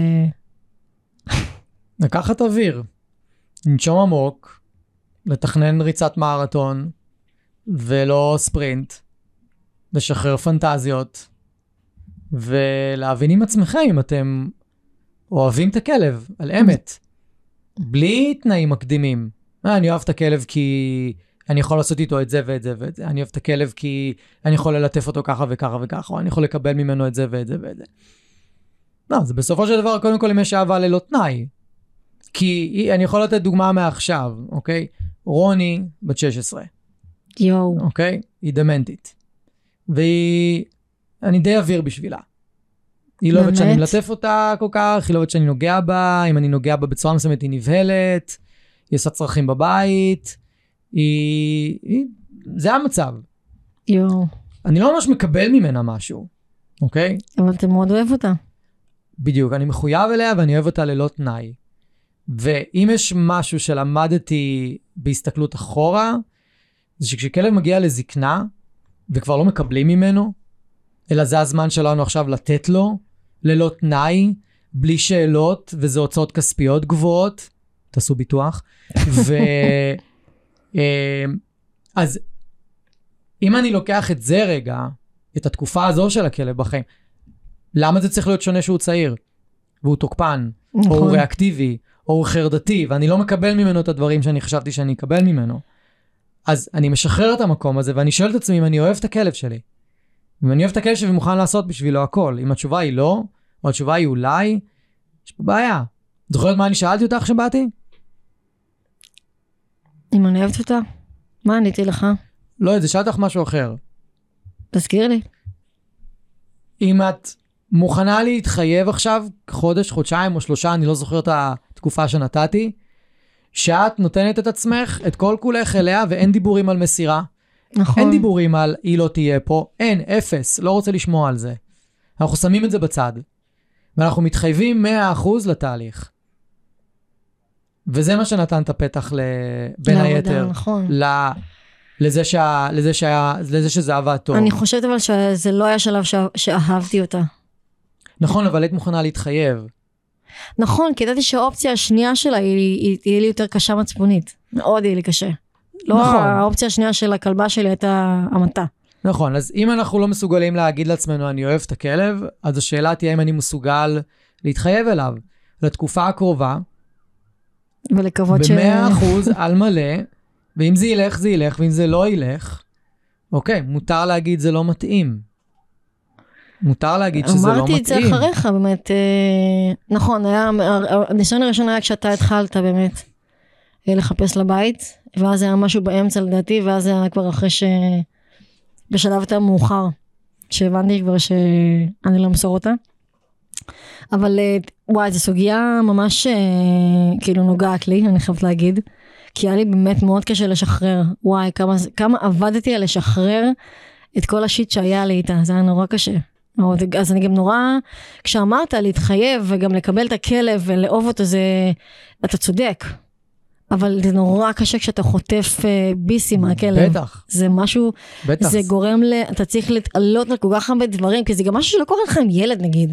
לקחת אוויר, לנשום עמוק, לתכנן ריצת מרתון, ולא ספרינט, לשחרר פנטזיות, ולהבין עם עצמכם אם אתם אוהבים את הכלב, על אמת, בלי תנאים מקדימים. אני אוהב את הכלב כי אני יכול לעשות איתו את זה ואת זה ואת זה. אני אוהב את הכלב כי אני יכול ללטף אותו ככה וככה וככה, או אני יכול לקבל ממנו את זה ואת זה ואת זה. לא, זה בסופו של דבר, קודם כל אם יש אהבה ללא תנאי. כי אני יכול לתת דוגמה מעכשיו, אוקיי? רוני בת שש עשרה. יואו. אוקיי? היא דמנטית. והיא... אני די אוויר בשבילה. היא לא אוהבת שאני מלטף אותה כל כך, היא לא אוהבת שאני נוגע בה, אם אני נוגע בה בצורה מסוימת היא נבהלת, היא עושה צרכים בבית, היא... היא... זה המצב. יואו. אני לא ממש מקבל ממנה משהו, אוקיי? אבל אתה מאוד אוהב אותה. בדיוק, אני מחויב אליה ואני אוהב אותה ללא תנאי. ואם יש משהו שלמדתי בהסתכלות אחורה, זה שכשכלב מגיע לזקנה, וכבר לא מקבלים ממנו, אלא זה הזמן שלנו עכשיו לתת לו, ללא תנאי, בלי שאלות, וזה הוצאות כספיות גבוהות, תעשו ביטוח, ו... אז אם אני לוקח את זה רגע, את התקופה הזו של הכלב בחיים, למה זה צריך להיות שונה שהוא צעיר? והוא תוקפן, או הוא ריאקטיבי, או הוא חרדתי, ואני לא מקבל ממנו את הדברים שאני חשבתי שאני אקבל ממנו. אז אני משחרר את המקום הזה, ואני שואל את עצמי אם אני אוהב את הכלב שלי. אם אני אוהב את הכלב שלי ומוכן לעשות בשבילו הכל. אם התשובה היא לא, או התשובה היא אולי, יש פה בעיה. זוכרת מה אני שאלתי אותך שבאתי? אם אני אוהבת אותה? מה עניתי לך? לא, זה שאלתי לך משהו אחר. תזכיר לי. אם את מוכנה להתחייב עכשיו, חודש, חודשיים או שלושה, אני לא זוכר את התקופה שנתתי, שאת נותנת את עצמך, את כל כולך אליה, ואין דיבורים על מסירה. נכון. אין דיבורים על היא לא תהיה פה, אין, אפס, לא רוצה לשמוע על זה. אנחנו שמים את זה בצד. ואנחנו מתחייבים מאה אחוז לתהליך. וזה מה שנתן את הפתח בין היתר. נכון. לזה, שה, לזה, שה, לזה שזה עבד טוב. אני חושבת אבל שזה לא היה שלב שאהבתי אותה. נכון, אבל היית מוכנה להתחייב. נכון, כי ידעתי שהאופציה השנייה שלה היא, היא לי יותר קשה מצפונית. מאוד יהיה לי קשה. לא נכון. האופציה השנייה של הכלבה שלי הייתה המתה. נכון, אז אם אנחנו לא מסוגלים להגיד לעצמנו אני אוהב את הכלב, אז השאלה תהיה אם אני מסוגל להתחייב אליו. לתקופה הקרובה, ולקוות ש... ב-מאה אחוז על מלא, ואם זה ילך זה ילך, ואם זה לא ילך, אוקיי, מותר להגיד זה לא מתאים. מותר להגיד שזה לא מתאים. אמרתי את זה אחריך, באמת. נכון, היה, הניסיון הראשון היה כשאתה התחלת באמת לחפש לבית, ואז היה משהו באמצע לדעתי, ואז היה כבר אחרי ש... בשלב יותר מאוחר, שהבנתי כבר שאני לא מסור אותה. אבל וואי, זו סוגיה ממש כאילו נוגעת לי, אני חייבת להגיד, כי היה לי באמת מאוד קשה לשחרר. וואי, כמה, כמה עבדתי על לשחרר את כל השיט שהיה לי איתה, זה היה נורא קשה. אז אני גם נורא, כשאמרת להתחייב וגם לקבל את הכלב ולאהוב אותו, זה, אתה צודק. אבל זה נורא קשה כשאתה חוטף ביסי מהכלב. בטח. זה משהו, בטח. זה גורם ל... אתה צריך להתעלות על כל כך הרבה דברים, כי זה גם משהו שלא קורה לך עם ילד נגיד.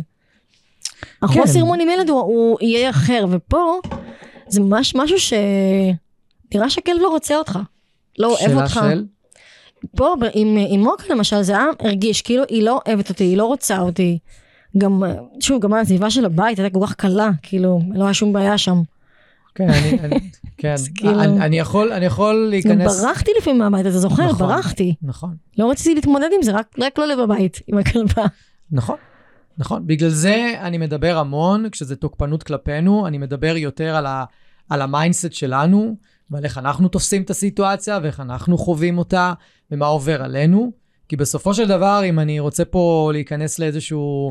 החוסר אמון עם ילד הוא, הוא יהיה אחר, ופה זה ממש משהו ש... נראה שהכלב לא רוצה אותך. לא אוהב אותך. שאלה של? פה עם, עם מוקה למשל, זה היה הרגיש, כאילו היא לא אוהבת אותי, היא לא רוצה אותי. גם, שוב, גם הסביבה של הבית הייתה כל כך קלה, כאילו, לא היה שום בעיה שם. כן, אני, אני, כן. אני, אני יכול, אני יכול להיכנס... ברחתי לפעמים מהבית, אתה זוכר? נכון, ברחתי. נכון. לא רציתי להתמודד עם זה, רק, רק לא לב בבית, עם הכלבה. נכון, נכון. בגלל זה אני מדבר המון, כשזה תוקפנות כלפינו, אני מדבר יותר על ה, על המיינדסט שלנו, ועל איך אנחנו תופסים את הסיטואציה, ואיך אנחנו חווים אותה, ומה עובר עלינו. כי בסופו של דבר, אם אני רוצה פה להיכנס לאיזשהו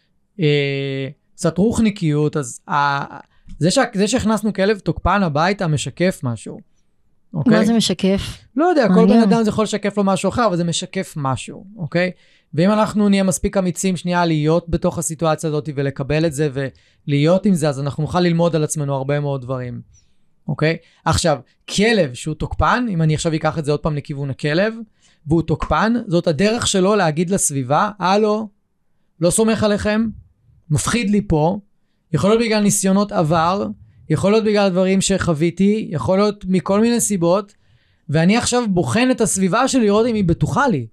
אה, קצת רוחניקיות, אז ה, זה, ש, זה שהכנסנו כלב תוקפן הביתה משקף משהו. אוקיי? מה זה משקף? לא יודע, כל בן אדם זה יכול לשקף לו משהו אחר, אבל זה משקף משהו, אוקיי? ואם אנחנו נהיה מספיק אמיצים שנייה להיות בתוך הסיטואציה הזאת ולקבל את זה ולהיות עם זה, אז אנחנו נוכל ללמוד על עצמנו הרבה מאוד דברים. אוקיי? עכשיו, כלב שהוא תוקפן, אם אני עכשיו אקח את זה עוד פעם לכיוון הכלב, והוא תוקפן, זאת הדרך שלו להגיד לסביבה, הלו, לא סומך עליכם, מפחיד לי פה, יכול להיות בגלל ניסיונות עבר, יכול להיות בגלל דברים שחוויתי, יכול להיות מכל מיני סיבות, ואני עכשיו בוחן את הסביבה שלי לראות אם היא בטוחה לי.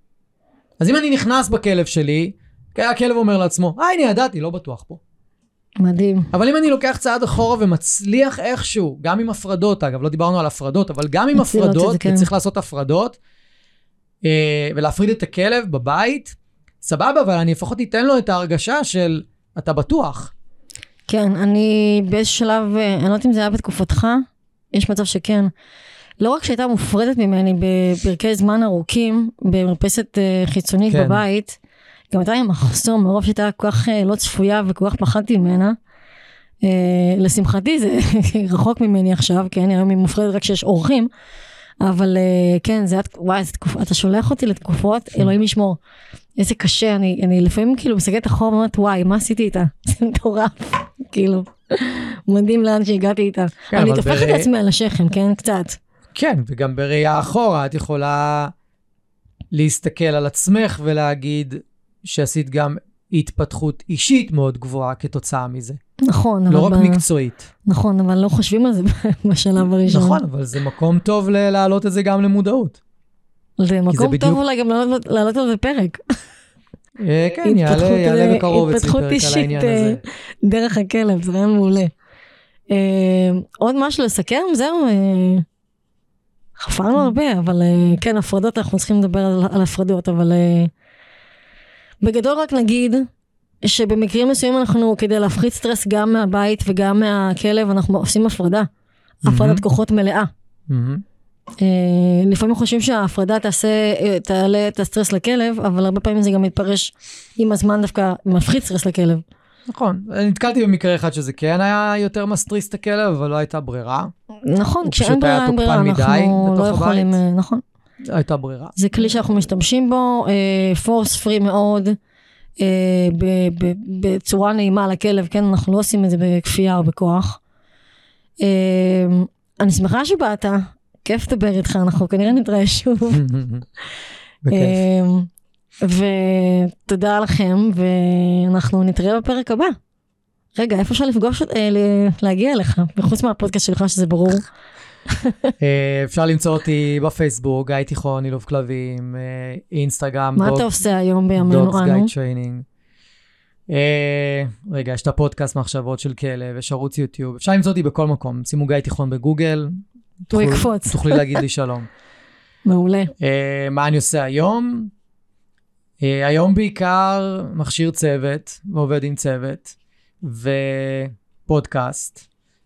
אז אם אני נכנס בכלב שלי, הכלב אומר לעצמו, אה, הנה ידעתי, לא בטוח פה. מדהים. אבל אם אני לוקח צעד אחורה ומצליח איכשהו, גם עם הפרדות, אגב, לא דיברנו על הפרדות, אבל גם עם הפרדות, כן. צריך לעשות הפרדות, אה, ולהפריד את הכלב בבית, סבבה, אבל אני לפחות אתן לו את ההרגשה של, אתה בטוח. כן, אני באיזשהו שלב, אני לא יודעת אם זה היה בתקופתך, יש מצב שכן, לא רק שהייתה מופרדת ממני בפרקי זמן ארוכים, במרפסת חיצונית כן. בבית, גם הייתה לי מחסום, מרוב שהייתה כל כך לא צפויה וכל כך פחדתי ממנה. לשמחתי זה רחוק ממני עכשיו, כן, היום היא מופרדת רק שיש אורחים, אבל כן, זה, וואי, זה תקופ... אתה שולח אותי לתקופות, אלוהים ישמור. איזה קשה, אני, אני לפעמים כאילו מסתכלת אחורה ואומרת, וואי, מה עשיתי איתה? זה מטורף, כאילו, מדהים לאן שהגעתי איתה. כן, אני תופכת ברא... לעצמי על השכם, כן, קצת. כן, וגם בראייה אחורה, את יכולה להסתכל על עצמך ולהגיד שעשית גם התפתחות אישית מאוד גבוהה כתוצאה מזה. נכון. לא רק ב... מקצועית. נכון, אבל לא חושבים על זה בשלב הראשון. נכון, אבל זה מקום טוב להעלות את זה גם למודעות. זה מקום טוב אולי גם להעלות על זה פרק. כן, יעלה בקרוב אצלי פרק על העניין הזה. דרך הכלב, זה רעיון מעולה. עוד משהו לסכם, זהו, חפרנו הרבה, אבל כן, הפרדות, אנחנו צריכים לדבר על הפרדות, אבל בגדול רק נגיד, שבמקרים מסוימים אנחנו, כדי להפחית סטרס גם מהבית וגם מהכלב, אנחנו עושים הפרדה. הפרדת כוחות מלאה. לפעמים חושבים שההפרדה תעלה את הסטרס לכלב, אבל הרבה פעמים זה גם מתפרש עם הזמן דווקא מפחית סטרס לכלב. נכון, נתקלתי במקרה אחד שזה כן היה יותר מסטריס את הכלב, אבל לא הייתה ברירה. נכון, כשאין ברירה, אין ברירה, אנחנו לא יכולים, נכון. הייתה ברירה. זה כלי שאנחנו משתמשים בו, פורס פרי מאוד, אה, ב- ב- בצורה נעימה לכלב, כן, אנחנו לא עושים את זה בכפייה או בכוח. אה, אני שמחה שבאת, כיף לדבר איתך, אנחנו כנראה נתראה שוב. בכיף. אה, ותודה לכם, ואנחנו נתראה בפרק הבא. רגע, איפה אפשר לפגוש, אה, ל- להגיע אליך, וחוץ מהפודקאסט שלך שזה ברור. אה, אפשר למצוא אותי בפייסבוק, גיא תיכון, אילוב כלבים, אה, אינסטגרם, מה אתה עושה היום בימינו דוגס אנו? גייד טריינינג. אה, רגע, יש את הפודקאסט מחשבות של כלב, יש ערוץ יוטיוב, אפשר למצוא אותי בכל מקום, שימו גיא תיכון בגוגל, הוא תוכלו- יקפוץ. תוכלי להגיד לי שלום. מעולה. אה, מה אני עושה היום? אה, היום בעיקר מכשיר צוות, ועובד עם צוות, ופודקאסט,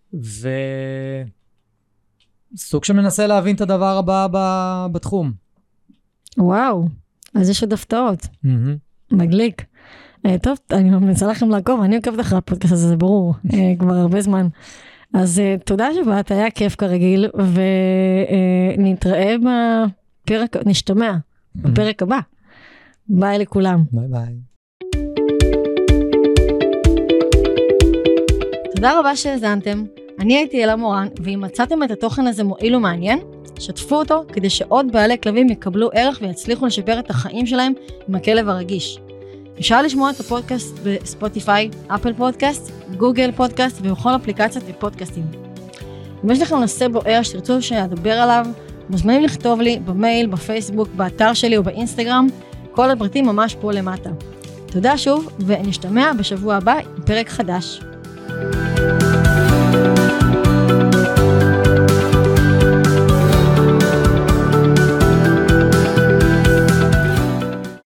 וסוג שמנסה להבין את הדבר הבא ב- בתחום. וואו, אז יש עוד הפתעות. מהמם. מדליק. אה, טוב, אני ממליצה לכם לעקוב, אני עוקבת אחרי הפודקאסט הזה, זה ברור, אה, כבר הרבה זמן. אז אה, תודה שבאת, היה כיף כרגיל, ונתראה בפרק, נשתמע בפרק הבא. ביי לכולם. ביי ביי. תודה רבה שהאזנתם, אני הייתי אלה מורן, ואם מצאתם את התוכן הזה מועיל ומעניין, שתפו אותו כדי שעוד בעלי כלבים יקבלו ערך ויצליחו לשפר את החיים שלהם עם הכלב הרגיש. אפשר לשמוע את הפודקאסט בספוטיפיי, אפל פודקאסט, גוגל פודקאסט ובכל אפליקציות ופודקאסטים. אם יש לכם נושא בוער שתרצו שאדבר עליו, מוזמנים לכתוב לי במייל, בפייסבוק, באתר שלי או באינסטגרם, כל הפרטים ממש פה למטה. תודה שוב, ונשתמע בשבוע הבא עם פרק חדש.